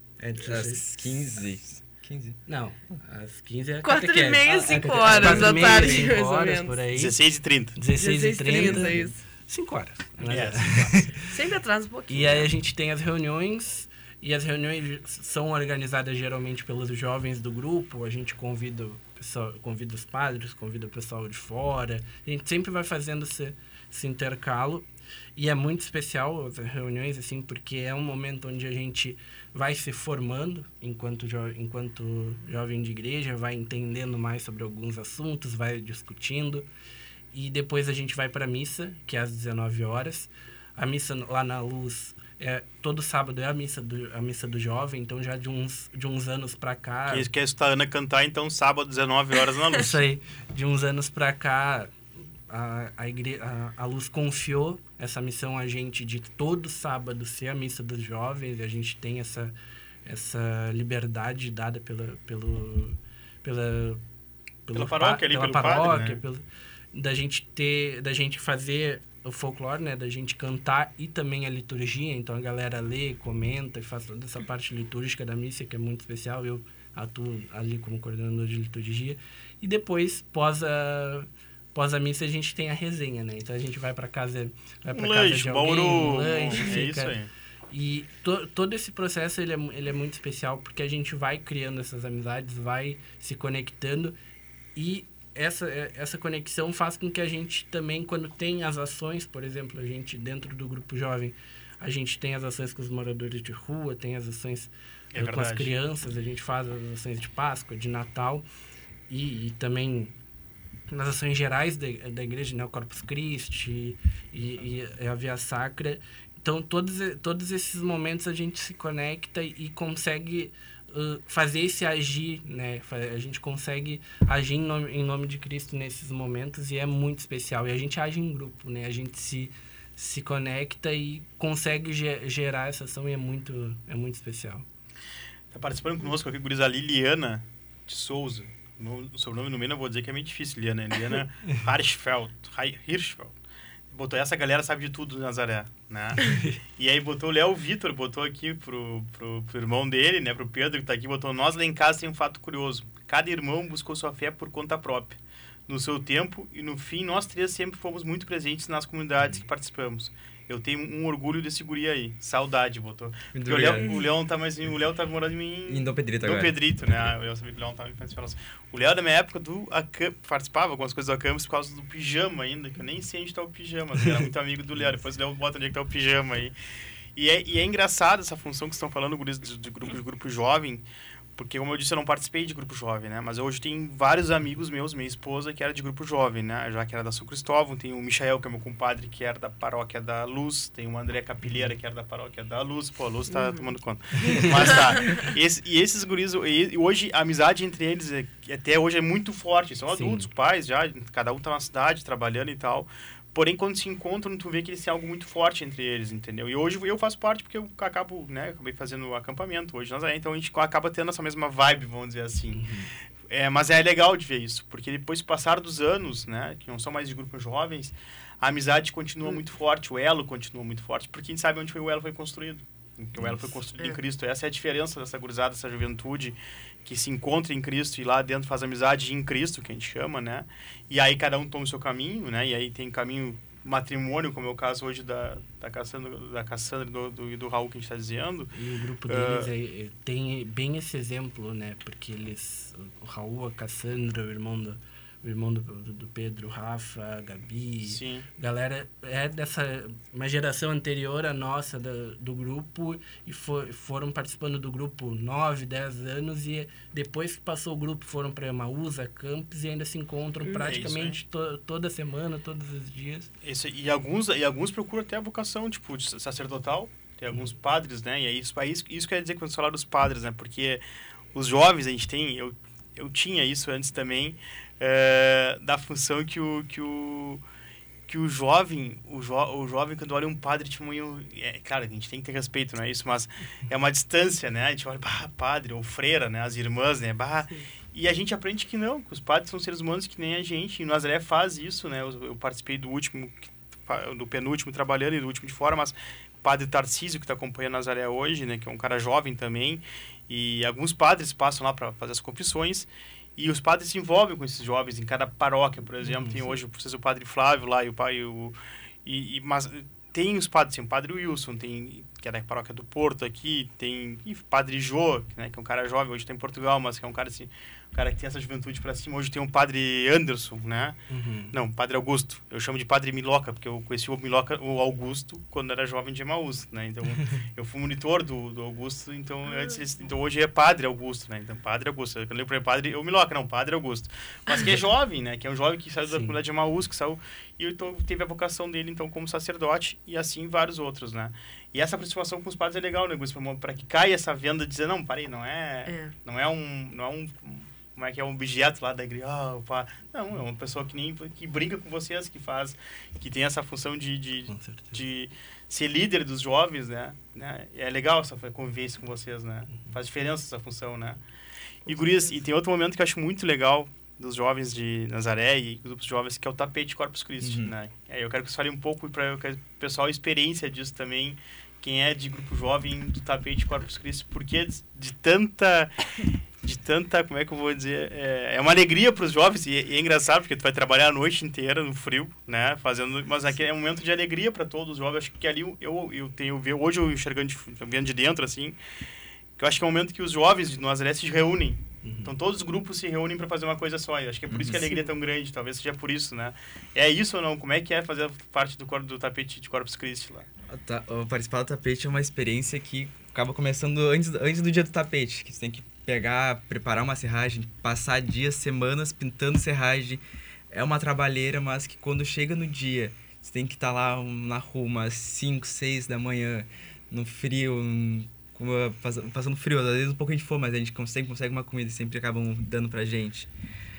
Speaker 5: 15.
Speaker 6: Não, às 15 é
Speaker 4: 4h30, 5 horas da tarde,
Speaker 6: 5
Speaker 4: mais ou
Speaker 6: horas,
Speaker 4: menos.
Speaker 6: por aí.
Speaker 3: 16h30.
Speaker 6: 16h30,
Speaker 4: isso.
Speaker 6: 5 horas.
Speaker 4: Sempre atrasa um pouquinho.
Speaker 6: E aí a gente tem as reuniões, e as reuniões são organizadas geralmente pelos jovens do grupo. A gente convida os padres, convida o pessoal de fora. A gente sempre vai fazendo esse intercalo. E é muito especial as reuniões, assim, porque é um momento onde a gente vai se formando enquanto jovem de igreja, vai entendendo mais sobre alguns assuntos, vai discutindo. E depois a gente vai para a missa, que é às 19 horas. A missa lá na Luz todo sábado é a missa do jovem, então já de uns anos para cá...
Speaker 3: Quem quer escutar a Ana cantar, então sábado, 19 horas na Luz.
Speaker 6: Isso aí. De uns anos para cá, a Luz confiou essa missão a gente de todo sábado ser a missa dos jovens, e a gente tem essa liberdade dada pela
Speaker 3: paróquia ali, pelo padre, né?
Speaker 6: Da gente fazer o folclore, né? Da gente cantar e também a liturgia. Então a galera lê, comenta e faz toda essa parte litúrgica da missa, que é muito especial. Eu atuo ali como coordenador de liturgia. E depois, pós a missa, a gente tem a resenha, né? Então a gente vai para casa de alguém, um lanche, fica...
Speaker 3: isso aí.
Speaker 6: E todo esse processo ele é muito especial, porque a gente vai criando essas amizades, vai se conectando, e essa conexão faz com que a gente também, quando tem as ações, por exemplo, a gente dentro do grupo jovem, a gente tem as ações com os moradores de rua, tem as ações com as crianças, a gente faz as ações de Páscoa, de Natal, e também nas ações gerais da igreja, né, o Corpus Christi e a Via Sacra. Então, todos esses momentos a gente se conecta e consegue fazer esse agir, né? A gente consegue agir em nome de Cristo nesses momentos, e é muito especial. E a gente age em grupo, né? A gente se conecta e consegue gerar essa ação, e é muito especial.
Speaker 3: Está participando conosco aqui, guris, a Liliana de Souza. O sobrenome no meio eu vou dizer que é meio difícil, Liliana Hirschfeld. Botou essa galera sabe de tudo do Nazaré, né? E aí botou o Léo Vitor, botou aqui pro irmão dele, né? Pro Pedro, que tá aqui, botou: nós lá em casa tem um fato curioso. Cada irmão buscou sua fé por conta própria, no seu tempo, e no fim nós três sempre fomos muito presentes nas comunidades que participamos. Eu tenho um orgulho desse guri aí. Saudade, botou. Porque o Léo tá mais... O Léo tá morando em
Speaker 5: Dom Pedrito
Speaker 3: agora.
Speaker 5: Dom
Speaker 3: Pedrito, né? Eu sabia que o Léo tava em O Léo, da minha época, participava algumas coisas do Acampus por causa do pijama ainda, que eu nem sei onde tá o pijama. Eu era muito amigo do Léo. Depois o Léo bota onde é que tá o pijama aí. E é engraçado essa função que vocês estão falando, guris, de grupo jovem, porque, como eu disse, eu não participei de grupo jovem, né? Mas hoje tem vários amigos meus, minha esposa, que era de grupo jovem, né? Já que era da São Cristóvão, tem o Michael, que é meu compadre, que era da paróquia da Luz, tem o André Capilheira, que era da paróquia da Luz. Pô, a Luz tá tomando conta. Mas tá. E esses guris, hoje, a amizade entre eles, até hoje, é muito forte. São adultos, pais já, cada um tá na cidade, trabalhando e tal. Porém, quando se encontram, tu vê que eles têm algo muito forte entre eles, entendeu? E hoje eu faço parte porque eu acabei fazendo acampamento hoje, então a gente acaba tendo essa mesma vibe, vamos dizer assim. Mas é legal de ver isso, porque depois do passar dos anos, né, que não são mais de grupos jovens, a amizade continua muito forte, o elo continua muito forte, porque a gente sabe onde o elo foi construído. Que o elo foi construído em Cristo. Essa é a diferença dessa gurizada, dessa juventude que se encontra em Cristo e lá dentro faz amizade em Cristo, que a gente chama, né? E aí cada um toma o seu caminho, né? E aí tem caminho matrimônio, como é o caso hoje da Cassandra e do Raul, que a gente está dizendo.
Speaker 6: E o grupo deles tem bem esse exemplo, né? Porque o Raul, a Cassandra, o irmão do Pedro, o Rafa, a Gabi,
Speaker 3: sim,
Speaker 6: galera uma geração anterior à nossa do grupo, e foram participando do grupo 9, 10 anos, e depois que passou o grupo foram para Emaús, a Campos, e ainda se encontram praticamente toda semana, todos os dias.
Speaker 3: E alguns procuram até a vocação, tipo, de sacerdotal. Tem alguns padres, né? E aí isso quer dizer que quando falar dos padres, né? Porque os jovens, a gente tem... Eu tinha isso antes também, da função que o jovem, quando olha um padre, tipo, claro, a gente tem que ter respeito, não é isso? Mas é uma distância, né? A gente olha, padre ou freira, né? As irmãs, né? E a gente aprende que não, que os padres são seres humanos que nem a gente. E o Nazaré faz isso, né? Eu participei do penúltimo trabalhando e do último de fora, mas o padre Tarcísio, que está acompanhando a Nazaré hoje, né? Que é um cara jovem também. E alguns padres passam lá para fazer as confissões. E os padres se envolvem com esses jovens em cada paróquia, por exemplo. Tem hoje o padre Flávio lá e o pai... Mas tem os padres, tem o padre Wilson, que é da paróquia do Porto aqui, tem o padre Jô, né, que é um cara jovem, hoje está em Portugal, mas que é um cara assim, o cara que tem essa juventude para cima. Hoje tem um padre Anderson, né? Não, padre Augusto. Eu chamo de padre Miloca, porque eu conheci o Augusto, quando era jovem de Emaús, né? Então, eu fui monitor do Augusto, então, então hoje é padre Augusto, né? Então, padre Augusto. Quando eu falei padre, eu Miloca, não, padre Augusto. Mas que é jovem, né? Que é um jovem que saiu da comunidade de Emaús, que saiu... E então, teve a vocação dele, então, como sacerdote, e assim vários outros, né? E essa aproximação com os padres é legal, né, para que caia essa venda de dizer, não, parei, não é um como é que é um objeto lá da igreja, não, é uma pessoa que brinca com vocês, que tem essa função de ser líder dos jovens, né? É legal essa convivência com vocês, né? Faz diferença essa função, né? E gurias, e tem outro momento que eu acho muito legal dos jovens de Nazaré e grupos de jovens, que é o tapete Corpus Christi, né? Eu quero que você fale um pouco para o pessoal a experiência disso também, quem é de grupo jovem do tapete Corpus Christi, porque de tanta, como é que eu vou dizer, é uma alegria para os jovens, e é engraçado, porque tu vai trabalhar a noite inteira no frio, né, mas aqui é um momento de alegria para todos os jovens. Acho que ali eu tenho, hoje eu enxergando vendo de dentro, assim, que eu acho que é um momento que os jovens de Nazaré se reúnem. Então todos os grupos se reúnem para fazer uma coisa só. Eu acho que é por isso que a alegria é tão grande, talvez seja por isso, né? É isso ou não? Como é que é fazer parte do tapete de Corpus Christi lá?
Speaker 5: Participar do tapete é uma experiência que acaba começando antes do dia do tapete, que você tem que preparar uma serragem, passar dias, semanas pintando serragem. É uma trabalheira, mas que quando chega no dia, você tem que estar lá na rua umas 5, 6 da manhã, no frio, passando frio, às vezes um pouco de fome, mas a gente consegue uma comida e sempre acabam dando pra gente.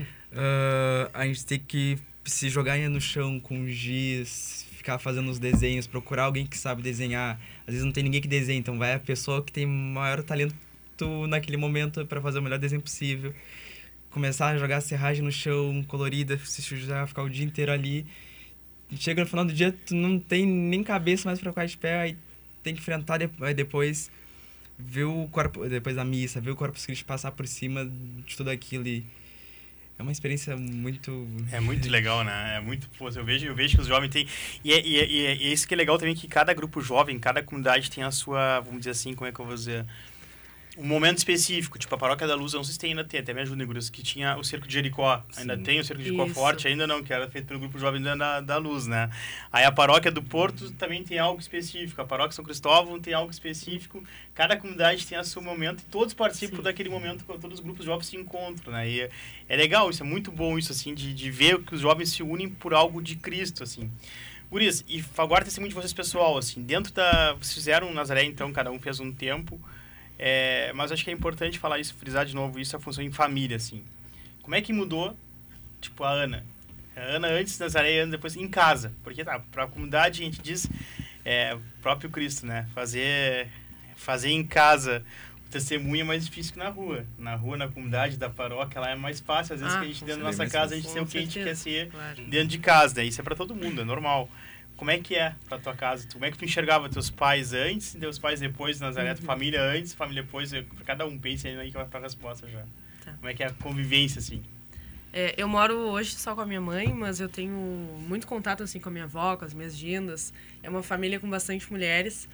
Speaker 5: A gente tem que se jogar no chão com giz, ficar fazendo os desenhos, procurar alguém que sabe desenhar. Às vezes não tem ninguém que desenha, então vai a pessoa que tem maior talento naquele momento para fazer o melhor desenho possível. Começar a jogar serragem no chão, colorida, se sujar, ficar o dia inteiro ali. Chega no final do dia, tu não tem nem cabeça mais pra ficar de pé, aí tem que enfrentar depois... ver o corpo, depois da missa, ver o Corpus Christi passar por cima de tudo aquilo e é uma experiência muito...
Speaker 3: É muito legal, né? É muito... Pô, eu vejo que os jovens têm... E é isso que é legal também, que cada grupo jovem, cada comunidade tem a sua, vamos dizer assim, como é que eu vou dizer... Um momento específico, tipo a Paróquia da Luz, eu não sei se tem, ainda tem, até me ajuda, Negros, que tinha o Cerco de Jericó. Ainda tem o Cerco de Jericó forte, ainda não, que era feito pelo grupo jovem da Luz, né? Aí a Paróquia do Porto também tem algo específico, a Paróquia São Cristóvão tem algo específico, cada comunidade tem a seu momento, e todos participam daquele momento, quando todos os grupos jovens se encontram, né? E é legal isso, é muito bom isso, assim, de ver que os jovens se unem por algo de Cristo, assim. Guris, e agora testemunho de vocês pessoal, assim, dentro vocês fizeram Nazaré, então, cada um fez um tempo... mas acho que é importante falar isso, frisar de novo isso, a função em família, assim. Como é que mudou, tipo, a Ana? A Ana antes da Nazaré e a Ana depois em casa. Porque, para a comunidade, a gente diz, o próprio Cristo, né? Fazer em casa o testemunho é mais difícil que na rua. Na rua, na comunidade, da paróquia, lá é mais fácil. Às vezes que a gente dentro da nossa casa, a gente tem o que a gente quer ser dentro de casa, né? Isso é para todo mundo, é normal. Como é que é pra tua casa? Como é que tu enxergava teus pais antes e teus pais depois, Nazaré? Tua família antes, família depois? Pra cada um, pense aí que vai pra resposta já. Tá. Como é que é a convivência, assim?
Speaker 4: Eu moro hoje só com a minha mãe, mas eu tenho muito contato, assim, com a minha avó, com as minhas gindas. É uma família com bastante mulheres.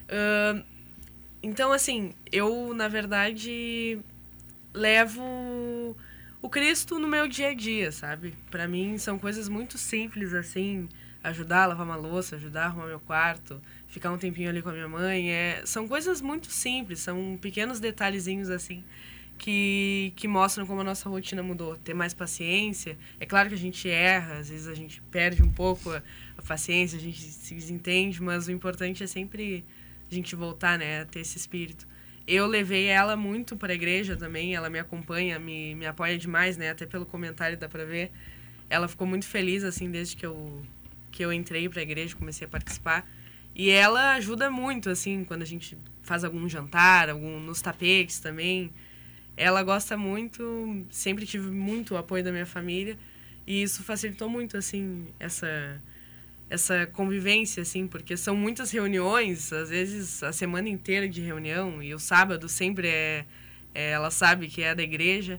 Speaker 4: Então, assim, eu, na verdade, levo o Cristo no meu dia a dia, sabe? Pra mim, são coisas muito simples, assim... ajudar a lavar uma louça, ajudar a arrumar meu quarto, ficar um tempinho ali com a minha mãe. São coisas muito simples, são pequenos detalhezinhos assim que mostram como a nossa rotina mudou. Ter mais paciência. É claro que a gente erra, às vezes a gente perde um pouco a paciência, a gente se desentende, mas o importante é sempre a gente voltar, né, a ter esse espírito. Eu levei ela muito para a igreja também, ela me acompanha, me apoia demais, né, até pelo comentário dá para ver. Ela ficou muito feliz, assim, desde que eu entrei para a igreja, comecei a participar. E ela ajuda muito, assim, quando a gente faz algum jantar, nos tapetes também. Ela gosta muito, sempre tive muito o apoio da minha família. E isso facilitou muito, assim, essa convivência, assim, porque são muitas reuniões, às vezes a semana inteira de reunião, e o sábado sempre ela sabe que é da igreja,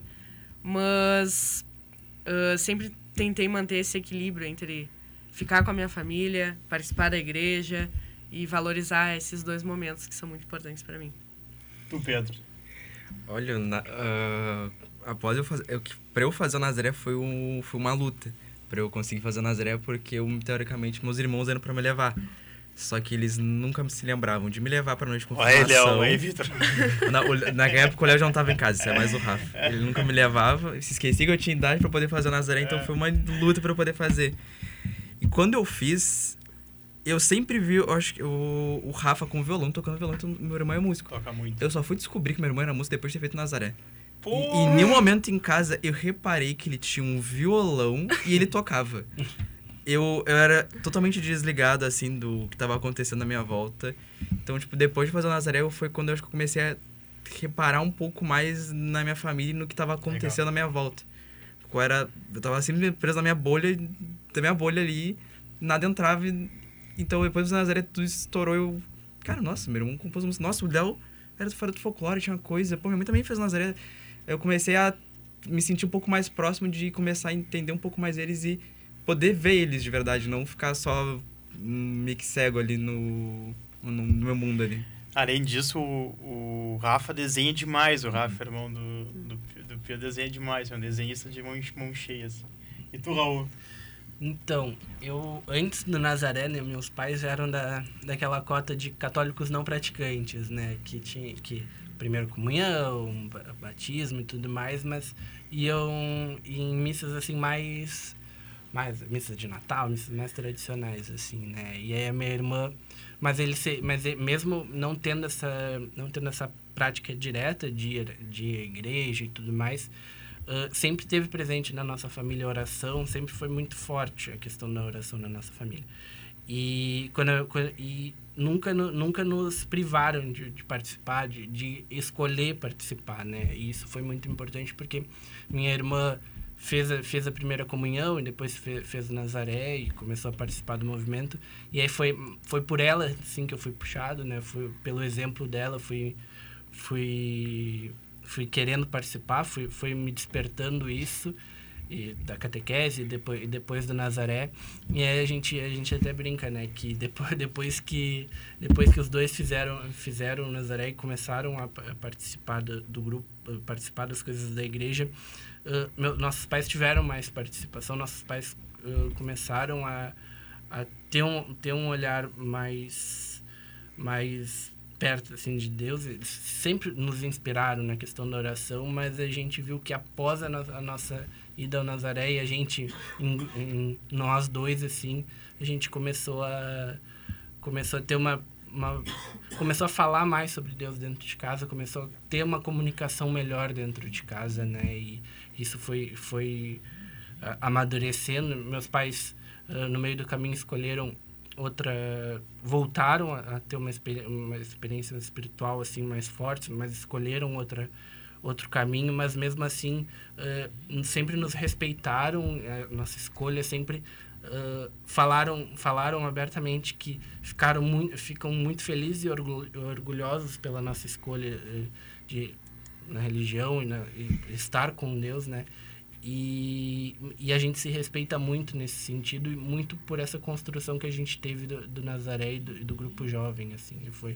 Speaker 4: mas sempre tentei manter esse equilíbrio entre ficar com a minha família, participar da igreja e valorizar esses dois momentos que são muito importantes para mim.
Speaker 3: Tu, Pedro?
Speaker 5: Olha, após eu fazer... Pra eu fazer o Nazaré foi uma luta. Pra eu conseguir fazer o Nazaré, porque teoricamente, meus irmãos eram pra me levar. Só que eles nunca se lembravam de me levar pra noite de confirmação.
Speaker 3: Olha, Vitor.
Speaker 5: Na época, o colégio não tava em casa, isso é mais o Rafa. Ele nunca me levava, se esquecia que eu tinha idade pra poder fazer o Nazaré, então foi uma luta pra eu poder fazer. E quando eu fiz, eu sempre vi, eu acho que o Rafa com violão, tocando violão, então meu irmão é músico.
Speaker 3: Toca muito.
Speaker 5: Eu só fui descobrir que meu irmão era músico depois de ter feito Nazaré.
Speaker 3: Pô!
Speaker 5: E em nenhum momento em casa eu reparei que ele tinha um violão e ele tocava. Eu era totalmente desligado, assim, do que tava acontecendo na minha volta. Então, tipo, depois de fazer o Nazaré, foi quando eu acho que eu comecei a reparar um pouco mais na minha família e no que tava acontecendo na minha volta. Eu tava sempre preso na minha bolha, ali, nada entrava. Então, depois do Nazaré, tudo estourou. Cara, nossa, meu irmão compôs música. Nossa, o Léo era fora do folclore, tinha coisa. Pô, minha mãe também fez Nazaré. Eu comecei a me sentir um pouco mais próximo de começar a entender um pouco mais eles e poder ver eles de verdade, não ficar só meio que cego ali no meu mundo ali.
Speaker 3: Além disso, o Rafa desenha demais. O Rafa, irmão do Pio, desenha demais. É um desenhista de mão cheia, assim. E tu, Raul?
Speaker 6: Então, antes do Nazaré, né, meus pais eram daquela cota de católicos não praticantes, né, que primeiro comunhão, batismo e tudo mais, mas iam em missas assim mais missas de Natal, missas mais tradicionais, assim, né? E aí a minha irmã, mas mesmo não tendo essa prática direta de igreja e tudo mais, sempre teve presente na nossa família a oração, sempre foi muito forte a questão da oração na nossa família. E nunca nos privaram de participar, de escolher participar, né? E isso foi muito importante porque minha irmã fez a primeira comunhão e depois fez o Nazaré e começou a participar do movimento. E aí foi por ela, assim, que eu fui puxado, né? Foi pelo exemplo dela, fui querendo participar, fui me despertando isso, e da catequese e depois do Nazaré. E aí a gente até brinca, né, que depois que os dois fizeram o Nazaré e começaram a participar do grupo, participar das coisas da igreja, nossos pais tiveram mais participação, nossos pais começaram a ter um olhar mais perto, assim, de Deus. Eles sempre nos inspiraram na questão da oração, mas a gente viu que após a nossa ida ao Nazaré, e a gente, nós dois, assim, a gente começou a ter começou a falar mais sobre Deus dentro de casa, começou a ter uma comunicação melhor dentro de casa, né? E isso foi amadurecendo. Meus pais, no meio do caminho, escolheram voltaram a ter uma experiência espiritual, assim, mais forte, mas escolheram outro caminho, mas mesmo assim sempre nos respeitaram a nossa escolha, sempre falaram abertamente que ficam muito felizes e orgulhosos pela nossa escolha na religião e estar com Deus, né? E a gente se respeita muito nesse sentido, e muito por essa construção que a gente teve do Nazaré e do grupo jovem, assim.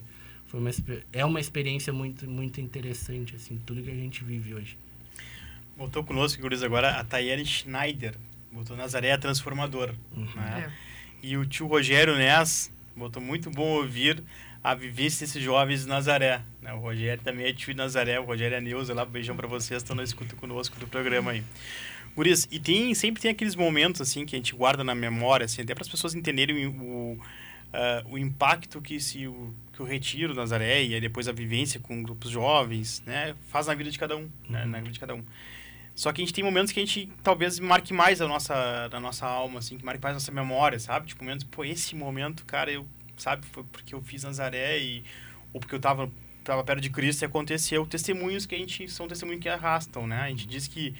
Speaker 6: É uma experiência muito, muito interessante, assim, tudo que a gente vive hoje.
Speaker 3: Voltou conosco, guris, agora a Tayane Schneider, botou Nazaré é transformador, né? E o tio Rogério Ness botou muito bom ouvir a vivência desses jovens de Nazaré, né? O Rogério também é tio de Nazaré, o Rogério e a Neuza lá, beijão pra vocês, estão na escuta conosco do programa aí. Guris, e sempre tem aqueles momentos, assim, que a gente guarda na memória, assim, até para as pessoas entenderem o impacto que o retiro Nazaré e aí depois a vivência com grupos jovens, né, faz na vida de cada um, né, na vida de cada um. Só que a gente tem momentos que a gente talvez marque mais da nossa alma, assim, que marque mais a nossa memória, sabe? Tipo, momentos, pô, esse momento, cara, sabe, foi porque eu fiz Nazaré ou porque eu tava perto de Cristo e aconteceu. Testemunhos são testemunhos que arrastam, né? A gente diz que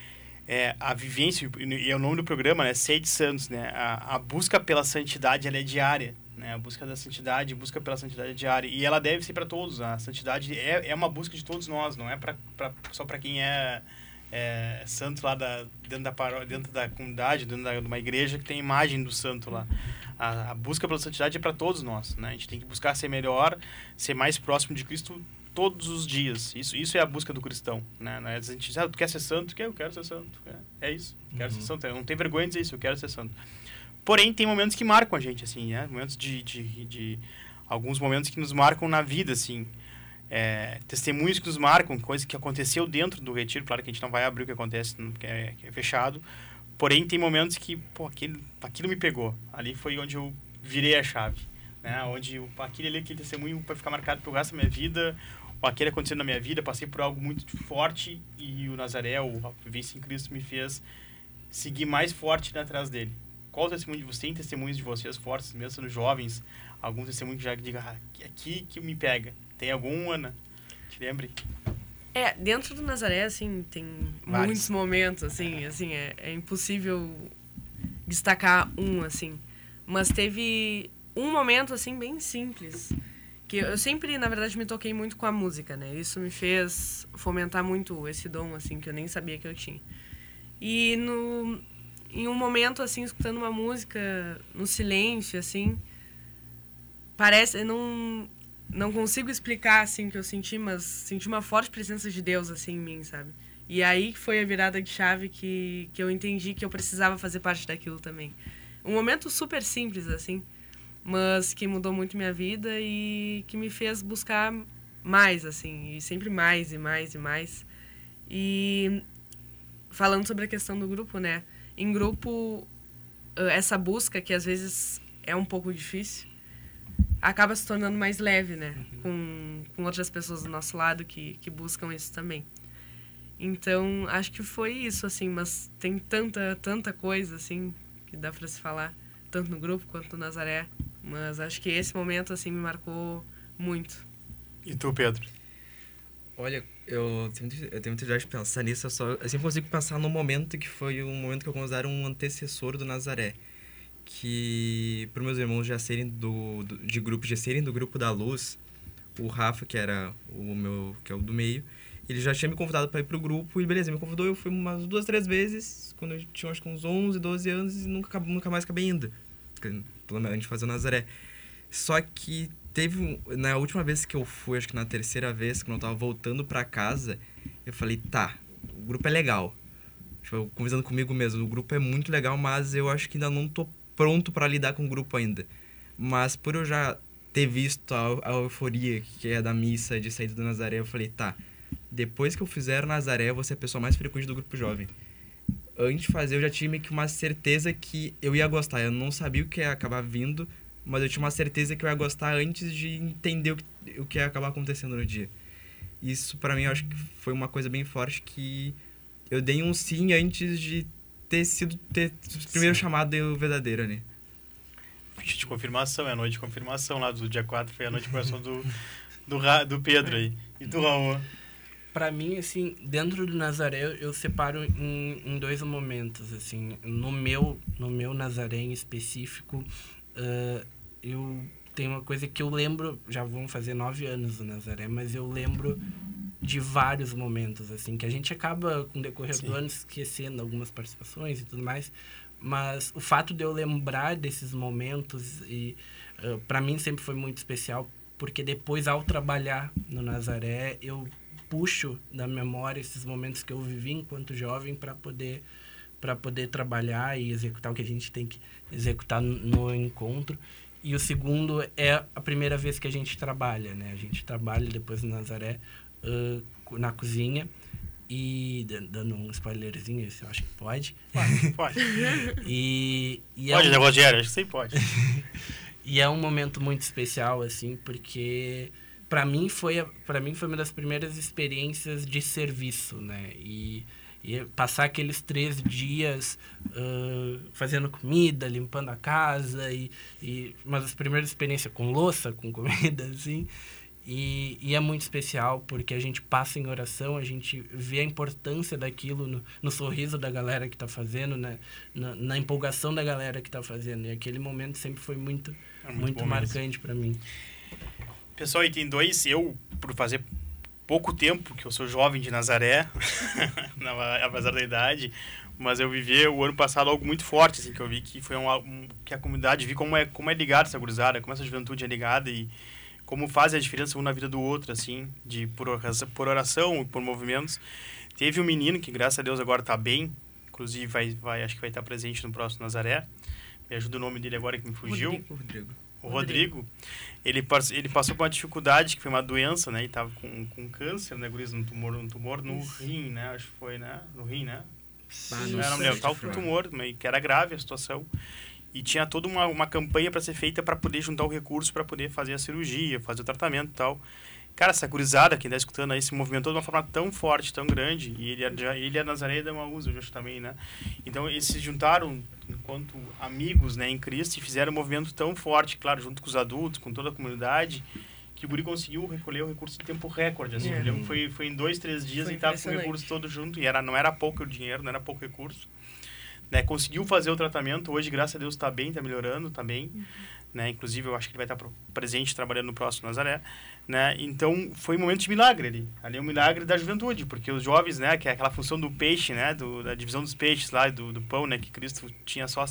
Speaker 3: a vivência, e é o nome do programa, né? Sede Santos, né? A busca pela santidade, ela é diária, né? A busca da santidade, busca pela santidade é diária. E ela deve ser para todos. A santidade é uma busca de todos nós, não é só para quem é santo lá dentro da comunidade, dentro de uma igreja que tem a imagem do santo lá. A busca pela santidade é para todos nós, né? A gente tem que buscar ser melhor, ser mais próximo de Cristo todos os dias. Isso é a busca do cristão, né? A gente diz, tu quer ser santo? Eu quero ser santo. É isso, quero ser santo. Eu não tenho vergonha de dizer isso, eu quero ser santo. Porém, tem momentos que marcam a gente, assim, né? Momentos alguns momentos que nos marcam na vida, assim. Testemunhos que nos marcam, coisas que aconteceu dentro do retiro. Claro que a gente não vai abrir o que acontece, que é fechado. Porém, tem momentos que, aquilo me pegou. Ali foi onde eu virei a chave, né? Onde aquele testemunho vai ficar marcado pelo resto da minha vida, ou aquele aconteceu na minha vida, passei por algo muito forte e o Nazaré, a vivência em Cristo, me fez seguir mais forte atrás dele. Qual testemunho de vocês? Tem testemunhos de vocês fortes, mesmo sendo jovens? Algum testemunho que já diga, aqui que me pega? Tem algum, Ana? Te lembre?
Speaker 4: Dentro do Nazaré, assim, tem muitos momentos, assim, é impossível destacar um, assim. Mas teve um momento, assim, bem simples, que eu sempre, na verdade, me toquei muito com a música, né? Isso me fez fomentar muito esse dom, assim, que eu nem sabia que eu tinha. E em um momento, assim, escutando uma música no silêncio, assim, parece... Não consigo explicar, assim, o que eu senti, mas senti uma forte presença de Deus, assim, em mim, sabe? E aí foi a virada de chave que eu entendi que eu precisava fazer parte daquilo também. Um momento super simples, assim, mas que mudou muito minha vida e que me fez buscar mais, assim, e sempre mais e mais e mais. E falando sobre a questão do grupo, né? Em grupo, essa busca, que às vezes é um pouco difícil, acaba se tornando mais leve, né? Com outras pessoas do nosso lado que buscam isso também. Então, acho que foi isso, assim, mas tem tanta coisa, assim, que dá pra se falar, tanto no grupo quanto no Nazaré. Mas acho que esse momento, assim, me marcou muito.
Speaker 3: E tu, Pedro?
Speaker 5: Olha, eu tenho muita dificuldade de pensar nisso, eu sempre consigo pensar no momento que foi um momento que eu considero um antecessor do Nazaré. Que para meus irmãos já serem do grupo da Luz, o Rafa, que era que é o do meio, ele já tinha me convidado para ir pro grupo e beleza, me convidou, eu fui umas 2, 3 vezes, quando eu tinha acho que uns 11, 12 anos e nunca mais acabei indo, pelo menos a gente fazia o Nazaré. Só que na última vez que eu fui, acho que na terceira vez, quando eu tava voltando para casa, eu falei, o grupo é legal. Tipo, conversando comigo mesmo, o grupo é muito legal, mas eu acho que ainda não tô pronto para lidar com o grupo ainda. Mas por eu já ter visto a euforia que é da missa de saída do Nazaré, eu falei, depois que eu fizer o Nazaré, eu vou ser a pessoa mais frequente do grupo jovem. Antes de fazer, eu já tinha meio que uma certeza que eu ia gostar. Eu não sabia o que ia acabar vindo, mas eu tinha uma certeza que eu ia gostar antes de entender o que ia acabar acontecendo no dia. Isso, para mim, eu acho que foi uma coisa bem forte, que eu dei um sim antes de ter o primeiro chamado verdadeiro ali.
Speaker 3: Ficha de confirmação, é a noite de confirmação lá do dia 4, foi a noite de confirmação do Pedro aí. E tu, Raul?
Speaker 6: Pra mim, assim, dentro do Nazaré, eu separo em 2 momentos, assim. No meu Nazaré em específico, eu tenho uma coisa que eu lembro, já vão fazer 9 anos do Nazaré, mas eu lembro de vários momentos, assim, que a gente acaba, com o decorrer do ano, esquecendo algumas participações e tudo mais, mas o fato de eu lembrar desses momentos, para mim sempre foi muito especial, porque depois, ao trabalhar no Nazaré, eu puxo da memória esses momentos que eu vivi enquanto jovem para poder trabalhar e executar o que a gente tem que executar no encontro. E o segundo é a primeira vez que a gente trabalha, né? A gente trabalha depois no Nazaré, na cozinha, e dando um spoilerzinho, esse eu acho que pode.
Speaker 3: Pode.
Speaker 6: Pode,
Speaker 3: né, Rogério? Acho que sim, pode.
Speaker 6: E é um momento muito especial, assim, porque para mim foi uma das primeiras experiências de serviço, né? E passar aqueles 3 dias fazendo comida, limpando a casa, uma das primeiras experiências com louça, com comida, assim. E é muito especial porque a gente passa em oração, a gente vê a importância daquilo no sorriso da galera que está fazendo, né? Na empolgação da galera que está fazendo. E aquele momento sempre foi muito marcante para mim.
Speaker 3: Pessoal, e tem 2, eu, por fazer pouco tempo, que eu sou jovem de Nazaré, apesar da idade, mas eu vivi o ano passado algo muito forte, assim, que eu vi que foi que a comunidade, vi como é ligada essa gurizada, como essa juventude é ligada e como faz a diferença um na vida do outro, assim, por oração, por movimentos. Teve um menino que, graças a Deus, agora está bem, inclusive acho que vai estar presente no próximo Nazaré. Me ajuda o nome dele agora que me fugiu. Rodrigo. Ele passou por uma dificuldade, que foi uma doença, né? Ele estava com câncer, né, guris? Um tumor no rim, né? Acho que foi, né? No rim, né? Não me lembro. Tal tumor, que era grave a situação. E tinha toda uma campanha para ser feita para poder juntar o recurso para poder fazer a cirurgia, fazer o tratamento e tal. Cara, essa gurizada que está escutando aí se movimentou de uma forma tão forte, tão grande. E ele é Nazaré da Emaús, eu acho também, né? Então, eles se juntaram enquanto amigos, né, em Cristo e fizeram um movimento tão forte, claro, junto com os adultos, com toda a comunidade, que o guri conseguiu recolher o recurso em tempo recorde. Assim. Eu lembro que foi em 2-3 dias e estava com o recurso todo junto. E não era pouco o dinheiro, não era pouco recurso. Né? Conseguiu fazer o tratamento. Hoje, graças a Deus, está bem, está melhorando, está bem. Né? Inclusive, eu acho que ele vai estar presente trabalhando no próximo Nazaré. Né? Então, foi um momento de milagre ali. Ali é um milagre da juventude, porque os jovens, né, que é aquela função do peixe, né, da divisão dos peixes lá, do pão, né, que Cristo tinha só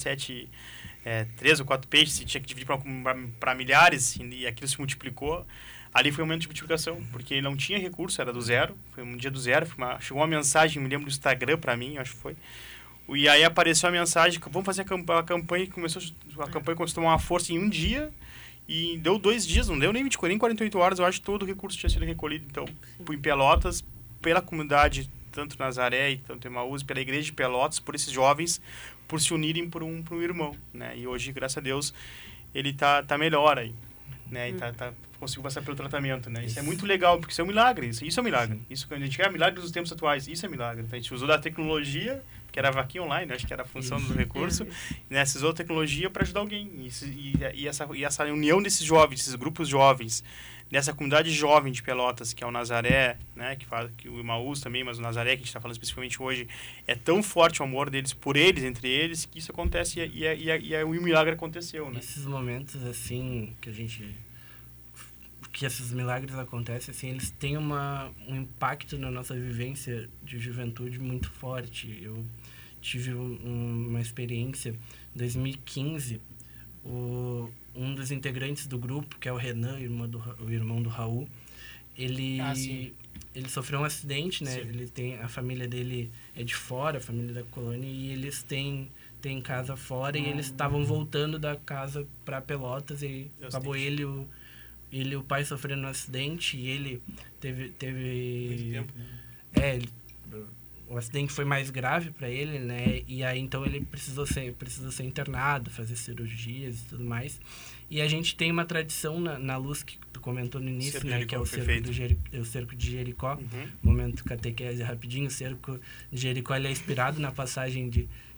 Speaker 3: 3 ou 4 peixes e tinha que dividir para milhares, e aquilo se multiplicou. Ali foi um momento de multiplicação, porque ele não tinha recurso, era do zero, foi um dia do zero, chegou uma mensagem, me lembro do Instagram para mim, acho que foi. E aí apareceu a mensagem, vamos fazer a campanha, a campanha começou a tomar uma força em um dia, e deu 2 dias, não deu nem 48 horas, eu acho que todo o recurso tinha sido recolhido. Então, em Pelotas, pela comunidade, tanto Nazaré e tanto Emaús, pela igreja de Pelotas, por esses jovens, por se unirem por um irmão, né? E hoje, graças a Deus, ele tá melhor aí, né? E conseguiu passar pelo tratamento, né? Isso é muito legal, porque isso é um milagre, isso é um milagre. Isso que a gente quer, milagre dos tempos atuais, isso é milagre. Então, a gente usou da tecnologia, que era a vaquinha online, acho que era a função do recurso, né? Se usou a tecnologia para ajudar alguém. E essa união desses jovens, desses grupos jovens, dessa comunidade jovem de Pelotas, que é o Nazaré, né? Que o Emaús também, mas o Nazaré, que a gente está falando especificamente hoje, é tão forte o amor deles por eles, entre eles, que isso acontece e o milagre aconteceu, né?
Speaker 6: Esses momentos, assim, que esses milagres acontecem, assim, eles têm um impacto na nossa vivência de juventude muito forte. Eu tive uma experiência em 2015, um dos integrantes do grupo, que é o Renan, o irmão do Raul, ele sofreu um acidente, né? A família dele é de fora, a família da colônia, e eles têm casa fora, e eles estavam voltando da casa para Pelotas, e acabou ele e o pai sofrendo um acidente, e ele teve tempo, né? O acidente foi mais grave para ele, né? E aí então ele precisou ser internado, fazer cirurgias e tudo mais. E a gente tem uma tradição na Luz, que tu comentou no início, né? Que é o cerco de Jericó. Momento catequese rapidinho. O cerco de Jericó, ele é inspirado na passagem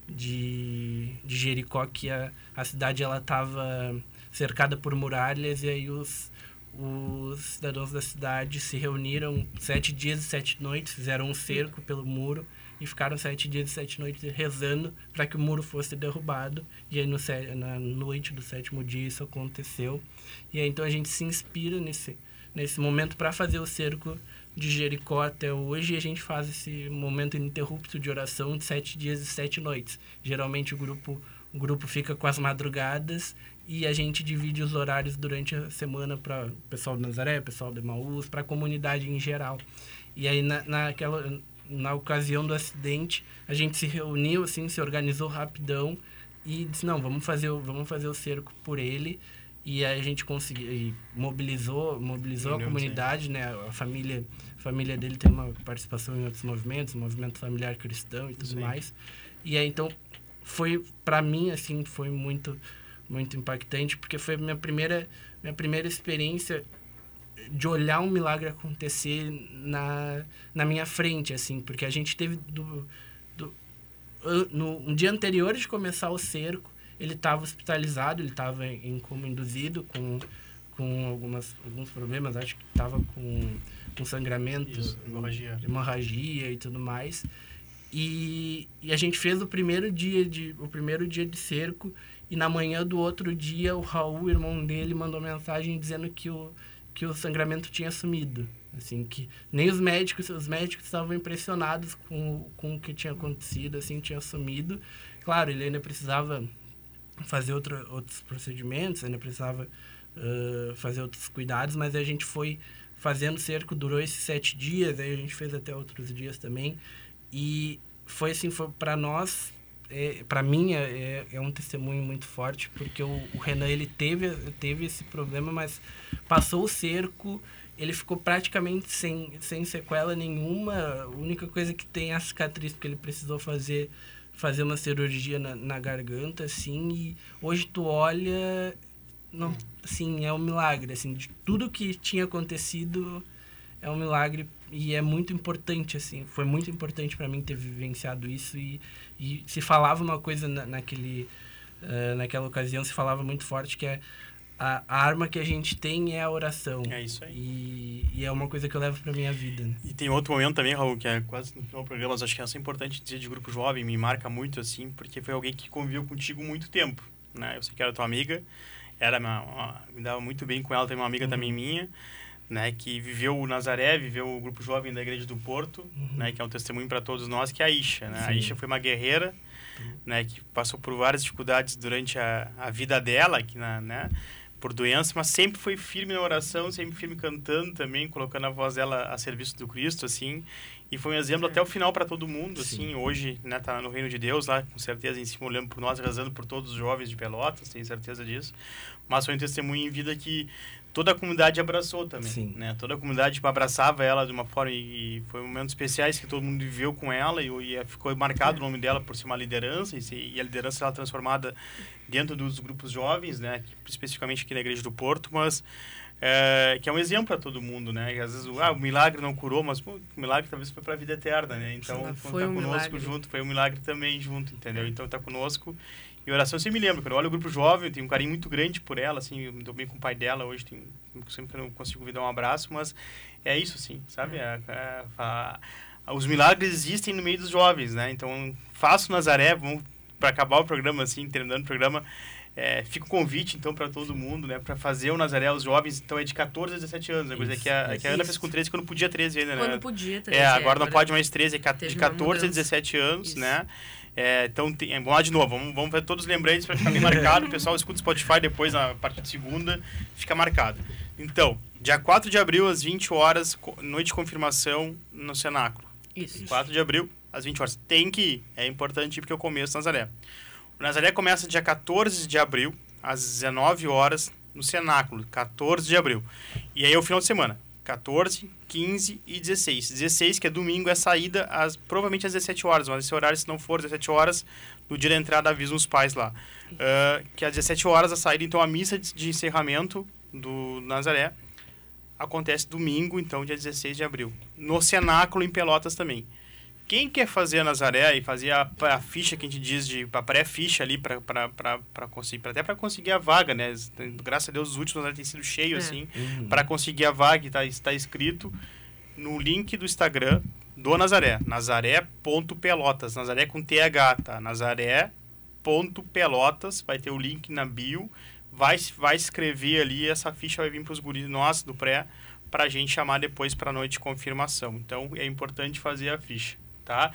Speaker 6: de Jericó, que a cidade ela estava cercada por muralhas, e aí os cidadãos da cidade se reuniram 7 dias e 7 noites, fizeram um cerco pelo muro e ficaram 7 dias e 7 noites rezando para que o muro fosse derrubado. E aí na noite do 7º dia isso aconteceu. E aí então a gente se inspira nesse momento para fazer o cerco de Jericó até hoje, e a gente faz esse momento ininterrupto de oração de 7 dias e 7 noites. Geralmente o grupo fica com as madrugadas, e a gente divide os horários durante a semana para o pessoal do Nazaré, pessoal do Emaús, para a comunidade em geral. E aí na ocasião do acidente, a gente se reuniu, assim, se organizou rapidão e disse, não, vamos fazer o cerco por ele. E aí a gente conseguiu, mobilizou a comunidade, né? A família dele tem uma participação em outros movimentos, movimento familiar cristão e tudo mais. E aí então foi, para mim, assim, foi muito muito impactante, porque foi minha primeira experiência de olhar um milagre acontecer na minha frente, assim, porque a gente teve no dia anterior de começar o cerco, ele estava hospitalizado, ele estava em coma induzido com alguns problemas, acho que estava com sangramento, hemorragia e tudo mais. E a gente fez o primeiro dia de cerco, e na manhã do outro dia o Raul, o irmão dele, mandou mensagem dizendo que o sangramento tinha sumido. Assim, que nem os médicos estavam impressionados com o que tinha acontecido, assim, tinha sumido. Claro, ele ainda precisava fazer outros procedimentos, ainda precisava fazer outros cuidados, mas a gente foi fazendo cerco, durou esses 7 dias, aí a gente fez até outros dias também, e foi assim, para nós, para mim é um testemunho muito forte, porque o Renan, ele teve esse problema, mas passou o cerco, ele ficou praticamente sem sequela nenhuma. A única coisa que tem é a cicatriz, porque ele precisou fazer uma cirurgia na garganta, assim, e hoje tu olha, não, assim, é um milagre, assim, de tudo que tinha acontecido, é um milagre, e é muito importante, assim, foi muito importante para mim ter vivenciado isso, e se falava uma coisa naquela ocasião, se falava muito forte, que é a arma que a gente tem é a oração.
Speaker 3: É isso aí.
Speaker 6: E é uma coisa que eu levo pra minha vida, né?
Speaker 3: E tem outro momento também, Raul, que é quase no final do programa, mas acho que é importante dizer de grupo jovem, me marca muito, assim, porque foi alguém que conviveu contigo muito tempo, né? Eu sei que era tua amiga, me dava muito bem com ela, tem uma amiga também minha, né, que viveu o Nazaré, viveu o grupo jovem da Igreja do Porto, né, que é um testemunho para todos nós, que é a Isha, né? A Isha foi uma guerreira, né, que passou por várias dificuldades durante a vida dela, que né, por doença, mas sempre foi firme na oração, sempre firme cantando também, colocando a voz dela a serviço do Cristo, assim, e foi um exemplo até o final para todo mundo, assim. Hoje, né, tá no reino de Deus lá, com certeza, em cima, olhando por nós, rezando por todos os jovens de Pelotas, tenho certeza disso, mas foi um testemunho em vida que toda a comunidade abraçou também, né? Toda a comunidade abraçava ela de uma forma, e foi momentos especiais que todo mundo viveu com ela, e ficou marcado o nome dela por ser uma liderança, e a liderança ela transformada dentro dos grupos jovens, né? Especificamente aqui na Igreja do Porto, mas que é um exemplo para todo mundo, né? E às vezes o milagre não curou, mas o milagre talvez foi para a vida eterna, né? Então, quando tá conosco milagre junto, foi um milagre também junto, entendeu? Então tá conosco. E oração, eu sempre me lembro, quando eu olho o grupo jovem, eu tenho um carinho muito grande por ela, assim, eu me dou bem com o pai dela, hoje sempre que eu não consigo me dar um abraço, mas é isso, assim, sabe? Os milagres existem no meio dos jovens, né? Então, faço Nazaré, vamos para acabar o programa, assim, terminando o programa, fica o convite, então, para todo mundo, né? Para fazer o Nazaré aos jovens, então é de 14 a 17 anos, né? Coisa que a Ana fez com 13, quando podia 13 ainda, né?
Speaker 4: Quando podia 13.
Speaker 3: Agora não pode mais 13, de 14 a 17 anos, isso, né? Então, vamos lá de novo, vamos ver todos os lembretes para ficar bem marcado. O pessoal escuta o Spotify depois, na parte de segunda, fica marcado. Então, dia 4 de abril, às 20 horas, noite de confirmação no cenáculo.
Speaker 4: Isso.
Speaker 3: 4 de abril, às 20 horas. Tem que ir, é importante ir porque é o começo do Nazaré. O Nazaré começa dia 14 de abril, às 19 horas, no cenáculo, 14 de abril. E aí é o final de semana. 14, 15 e 16. 16, que é domingo, é saída provavelmente às 17 horas, mas esse horário, se não for 17 horas, no dia da entrada avisam os pais lá. Que às 17 horas a saída, então a missa de encerramento do Nazaré acontece domingo, então dia 16 de abril. No cenáculo em Pelotas também. Quem quer fazer a Nazaré e fazer a ficha que a gente diz, a pré-ficha ali para conseguir, até para conseguir a vaga, né? Graças a Deus os últimos Nazaré têm sido cheios, assim, para conseguir a vaga, está escrito no link do Instagram do Nazaré, nazaré.pelotas, Nazaré com TH, tá? Nazaré.pelotas, vai ter o link na bio, vai escrever ali, essa ficha vai vir para os guris nossos do pré, para a gente chamar depois para a noite de confirmação. Então, é importante fazer a ficha. Tá?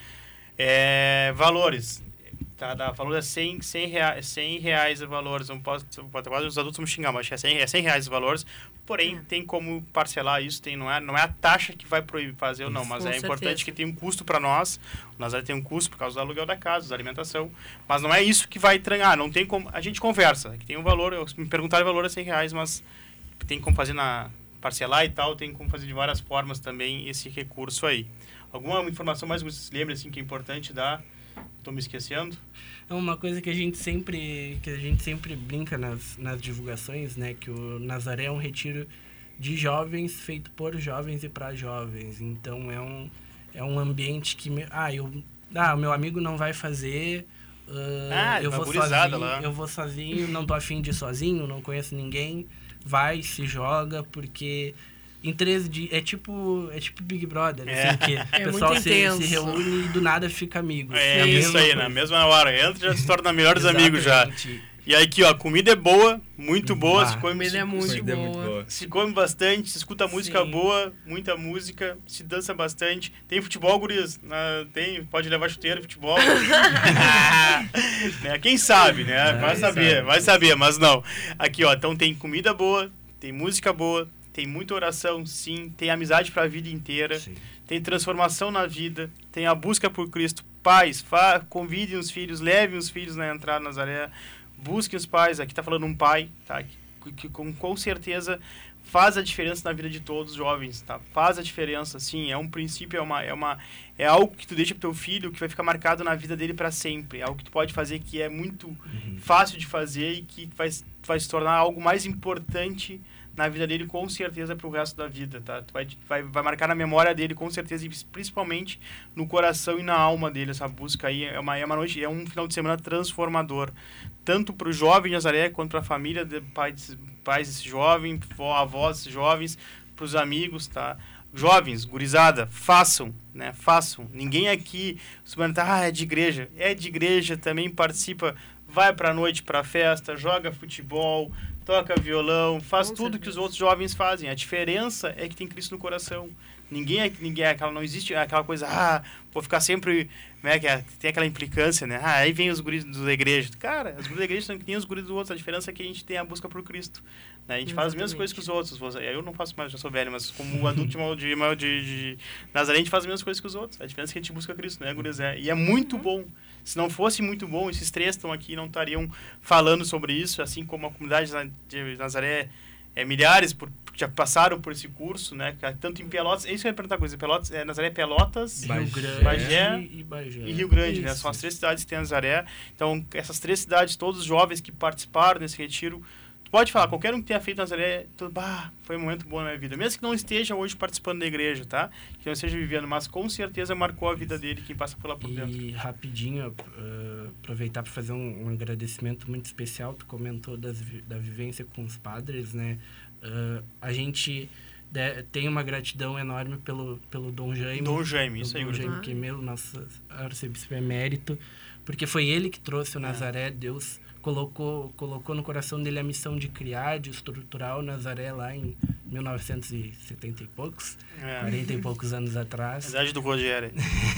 Speaker 3: Valores, tá? Valor é 100 reais os valores, não posso, os adultos vão xingar, mas é 100 reais os valores, porém tem como parcelar isso, não é a taxa que vai proibir fazer ou não, mas é importante que tem um custo para nós. O Nazaré tem um custo por causa do aluguel da casa, da alimentação, mas não é isso que vai trancar, não tem como, a gente conversa, que tem um valor, me perguntaram o valor é 100 reais, mas tem como fazer parcelar e tal, tem como fazer de várias formas também esse recurso aí. Alguma informação mais que você se lembra, assim, que é importante dar? Estou me esquecendo?
Speaker 6: É uma coisa que a gente sempre brinca nas divulgações, né? Que o Nazaré é um retiro de jovens, feito por jovens e para jovens. Então, é um ambiente que... o meu amigo não vai fazer... eu vou sozinho, não tô afim de ir sozinho, não conheço ninguém. Vai, se joga, porque... Em 13 dias, é tipo Big Brother, assim, que o pessoal se reúne e do nada fica amigo.
Speaker 3: Isso aí, na mesma hora. Entra e já se torna melhores amigos já. E aí aqui, ó, comida é boa, muito boa.
Speaker 4: A comida é muito boa.
Speaker 3: Se come bastante, se escuta música
Speaker 4: Sim.
Speaker 3: boa, muita música, se dança bastante. Tem futebol, gurias? Pode levar chuteiro, futebol. Né? Quem sabe, né? Vai saber, mas não. Aqui, ó, então tem comida boa, tem música boa, tem muita oração, sim, tem amizade pra vida inteira,
Speaker 6: Sim.
Speaker 3: tem transformação na vida, tem a busca por Cristo. Pais, convidem os filhos, levem os filhos na entrada na Nazaré, busquem os pais. Aqui tá falando um pai, tá? Que com certeza faz a diferença na vida de todos os jovens, tá? Faz a diferença, sim, é um princípio, é algo que tu deixa pro teu filho que vai ficar marcado na vida dele para sempre, é algo que tu pode fazer que é muito fácil de fazer e que vai se tornar algo mais importante na vida dele, com certeza, pro resto da vida, tá? Tu vai marcar na memória dele, com certeza, e principalmente no coração e na alma dele. Essa busca aí é uma noite, é um final de semana transformador, tanto pro jovem de Nazaré, quanto pra família, pais desse jovem, avós desses jovens, pros amigos, tá? Jovens, gurizada, façam, né? Façam. Ninguém aqui, é de igreja, também participa, vai pra noite, pra festa, joga futebol, toca violão, faz tudo que os outros jovens fazem. A diferença é que tem Cristo no coração. Ninguém não existe aquela coisa, vou ficar sempre, né, tem aquela implicância, né? Aí vem os guris da igreja. Cara, os guris da igreja são que nem os guris dos outros. A diferença é que a gente tem a busca por Cristo, né? A gente faz as mesmas coisas que os outros. Eu não faço mais, já sou velho, mas como adulto de Nazaré, a gente faz as mesmas coisas que os outros. A diferença é que a gente busca Cristo, né, guris? E é muito bom. Se não fosse muito bom, esses três estão aqui não estariam falando sobre isso, assim como a comunidade de Nazaré, milhares já passaram por esse curso, né? Tanto em Pelotas, é isso que eu ia perguntar coisa. Nazaré, Pelotas,
Speaker 6: Rio Grande
Speaker 3: Bagé e Rio Grande, né? São as 3 cidades que tem Nazaré. Então, essas 3 cidades, todos os jovens que participaram desse retiro, tu pode falar, qualquer um que tenha feito Nazaré, foi um momento bom na minha vida. Mesmo que não esteja hoje participando da igreja, tá? Que não esteja vivendo, mas com certeza marcou a vida dele, quem passa por lá por dentro.
Speaker 6: E rapidinho, aproveitar para fazer um agradecimento muito especial. Tu comentou da vivência com os padres, né? A gente tem uma gratidão enorme pelo Dom Jaime.
Speaker 3: Dom Jaime, isso aí.
Speaker 6: Dom Jaime Quemelo, nosso arcebispo emérito, porque foi ele que trouxe o Nazaré. Deus colocou no coração dele a missão de criar, de estruturar o Nazaré lá em 1970 e poucos, 40 e poucos anos atrás.
Speaker 3: A idade do Rogério.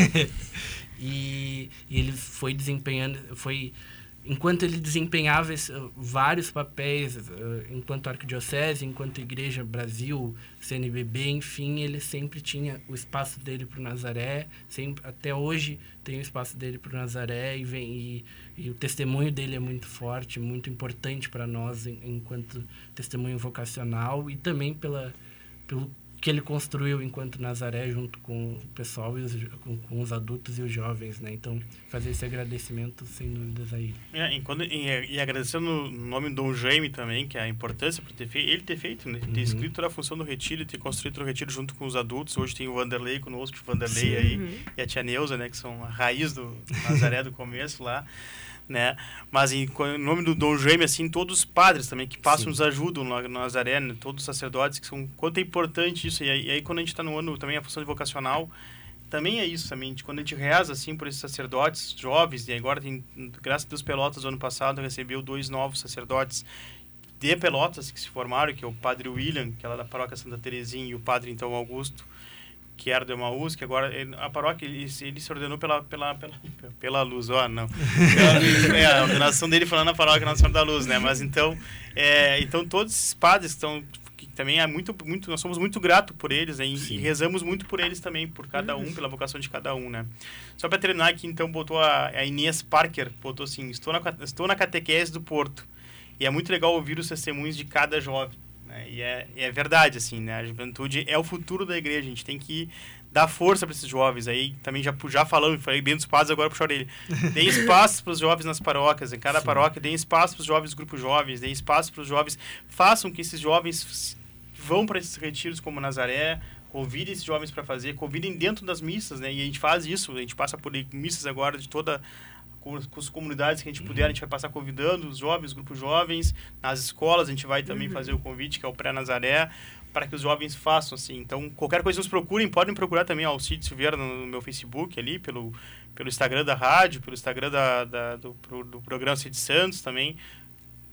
Speaker 6: E ele foi desempenhando, enquanto ele desempenhava vários papéis, enquanto arquidiocese, enquanto Igreja Brasil, CNBB, enfim, ele sempre tinha o espaço dele para o Nazaré, até hoje tem o espaço dele para o Nazaré, e o testemunho dele é muito forte, muito importante para nós enquanto testemunho vocacional, e também pelo que ele construiu enquanto Nazaré junto com o pessoal com os adultos e os jovens, né? Então, fazer esse agradecimento sem dúvidas a ele.
Speaker 3: E agradecendo no nome do Dom Jaime também, que é a importância por ele ter feito, né? Ter escrito toda a função do retiro, ter construído o retiro junto com os adultos. Hoje tem o Vanderlei conosco, o Vanderlei aí, e a tia Neuza, né? Que são a raiz do Nazaré do começo lá, né? Mas em nome do Dom Jaime, assim, todos os padres também que passam, nos ajudam no Nazaré, né? Todos os sacerdotes, que são, quanto é importante isso. E aí quando a gente está no ano também a função de vocacional, também é isso também, quando a gente reza assim por esses sacerdotes jovens, e agora tem, graças a Deus, Pelotas, ano passado recebeu 2 novos sacerdotes de Pelotas que se formaram, que é o padre William, que é lá da paróquia Santa Terezinha, e o padre então Augusto, que era do Emaús, que agora a paróquia ele se ordenou pela luz, a ordenação dele falando na paróquia Nossa Senhora da Luz, né? Mas então todos esses padres que também é muito, nós somos muito gratos por eles, né? E rezamos muito por eles também, por cada um, pela vocação de cada um, né? Só para terminar aqui, então, botou a Inês Parker, botou assim, estou na catequese do Porto, e é muito legal ouvir os testemunhos de cada jovem. E é verdade, assim, né? A juventude é o futuro da igreja. A gente tem que dar força para esses jovens. Aí também já falei bem dos padres, agora puxar ele. Deem espaço para os jovens nas paróquias, em cada paróquia, deem espaço para os jovens, grupos jovens, deem espaço para os jovens. Façam que esses jovens vão para esses retiros como Nazaré, convidem esses jovens para fazer, convidem dentro das missas, né? E a gente faz isso, a gente passa por missas agora de toda... com as comunidades que a gente puder, a gente vai passar convidando os jovens, grupos jovens, nas escolas a gente vai também fazer o convite, que é o Pré-Nazaré, para que os jovens façam, assim. Então, qualquer coisa nos procurem, podem procurar também o Cid Silveira no meu Facebook ali, pelo Instagram da rádio, pelo Instagram do programa Cid Santos também.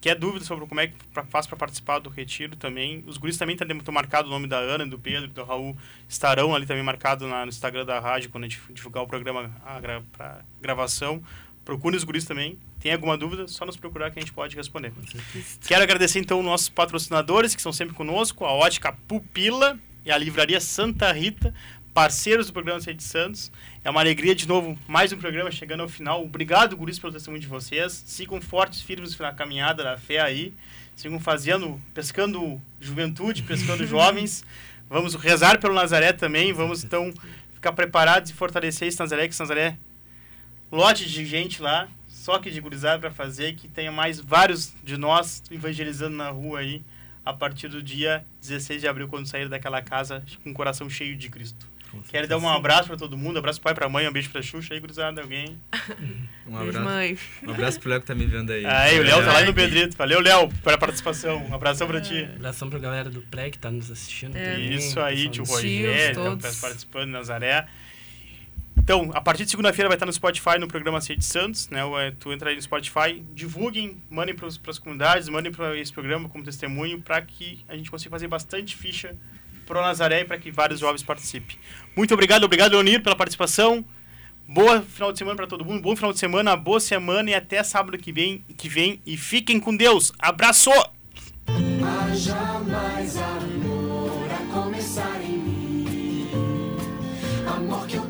Speaker 3: quer dúvida sobre como é que faz para participar do retiro também, os guris também estão marcado o nome da Ana, do Pedro, do Raul, estarão ali também marcados no Instagram da rádio, quando a gente divulgar o programa para gravação. Procure os guris também. Tem alguma dúvida, só nos procurar que a gente pode responder. Quero agradecer então os nossos patrocinadores, que estão sempre conosco, a Ótica Pupila e a Livraria Santa Rita, parceiros do programa Sede Santos. É uma alegria, de novo, mais um programa chegando ao final. Obrigado, guris, pelo testemunho de vocês. Sigam fortes, firmes na caminhada da fé aí. Sigam pescando juventude, pescando jovens. Vamos rezar pelo Nazaré também. Vamos, então, ficar preparados e fortalecer esse Nazaré, que esse Nazaré, lote de gente lá, só que de gurizada para fazer, que tenha mais vários de nós evangelizando na rua aí, a partir do dia 16 de abril, quando sair daquela casa com o coração cheio de Cristo. Quero dar um abraço para todo mundo, abraço pro pai, pra mãe, um beijo pra Xuxa aí, gurizada, alguém.
Speaker 5: Um abraço,
Speaker 4: Beijo, mãe.
Speaker 5: Um abraço pro Léo que tá me vendo aí.
Speaker 3: Aí, o Léo tá lá no Pedrito. Valeu, Léo, pela participação. Um abração pra ti.
Speaker 6: Um abração pra galera do Pré que tá nos assistindo. Também,
Speaker 3: Isso aí, tio
Speaker 6: pessoal
Speaker 3: Rogério, então, tá participando, Nazaré. Então, a partir de segunda-feira vai estar no Spotify, no programa Sede Santos, né? Tu entra aí no Spotify, divulguem, mandem para as comunidades, mandem para esse programa como testemunho, para que a gente consiga fazer bastante ficha pro Nazaré e para que vários jovens participem. Muito obrigado, Leonir, pela participação. Boa final de semana para todo mundo, bom final de semana, boa semana e até sábado que vem e fiquem com Deus. Abraço!
Speaker 1: Haja mais amor a começar em mim, amor que eu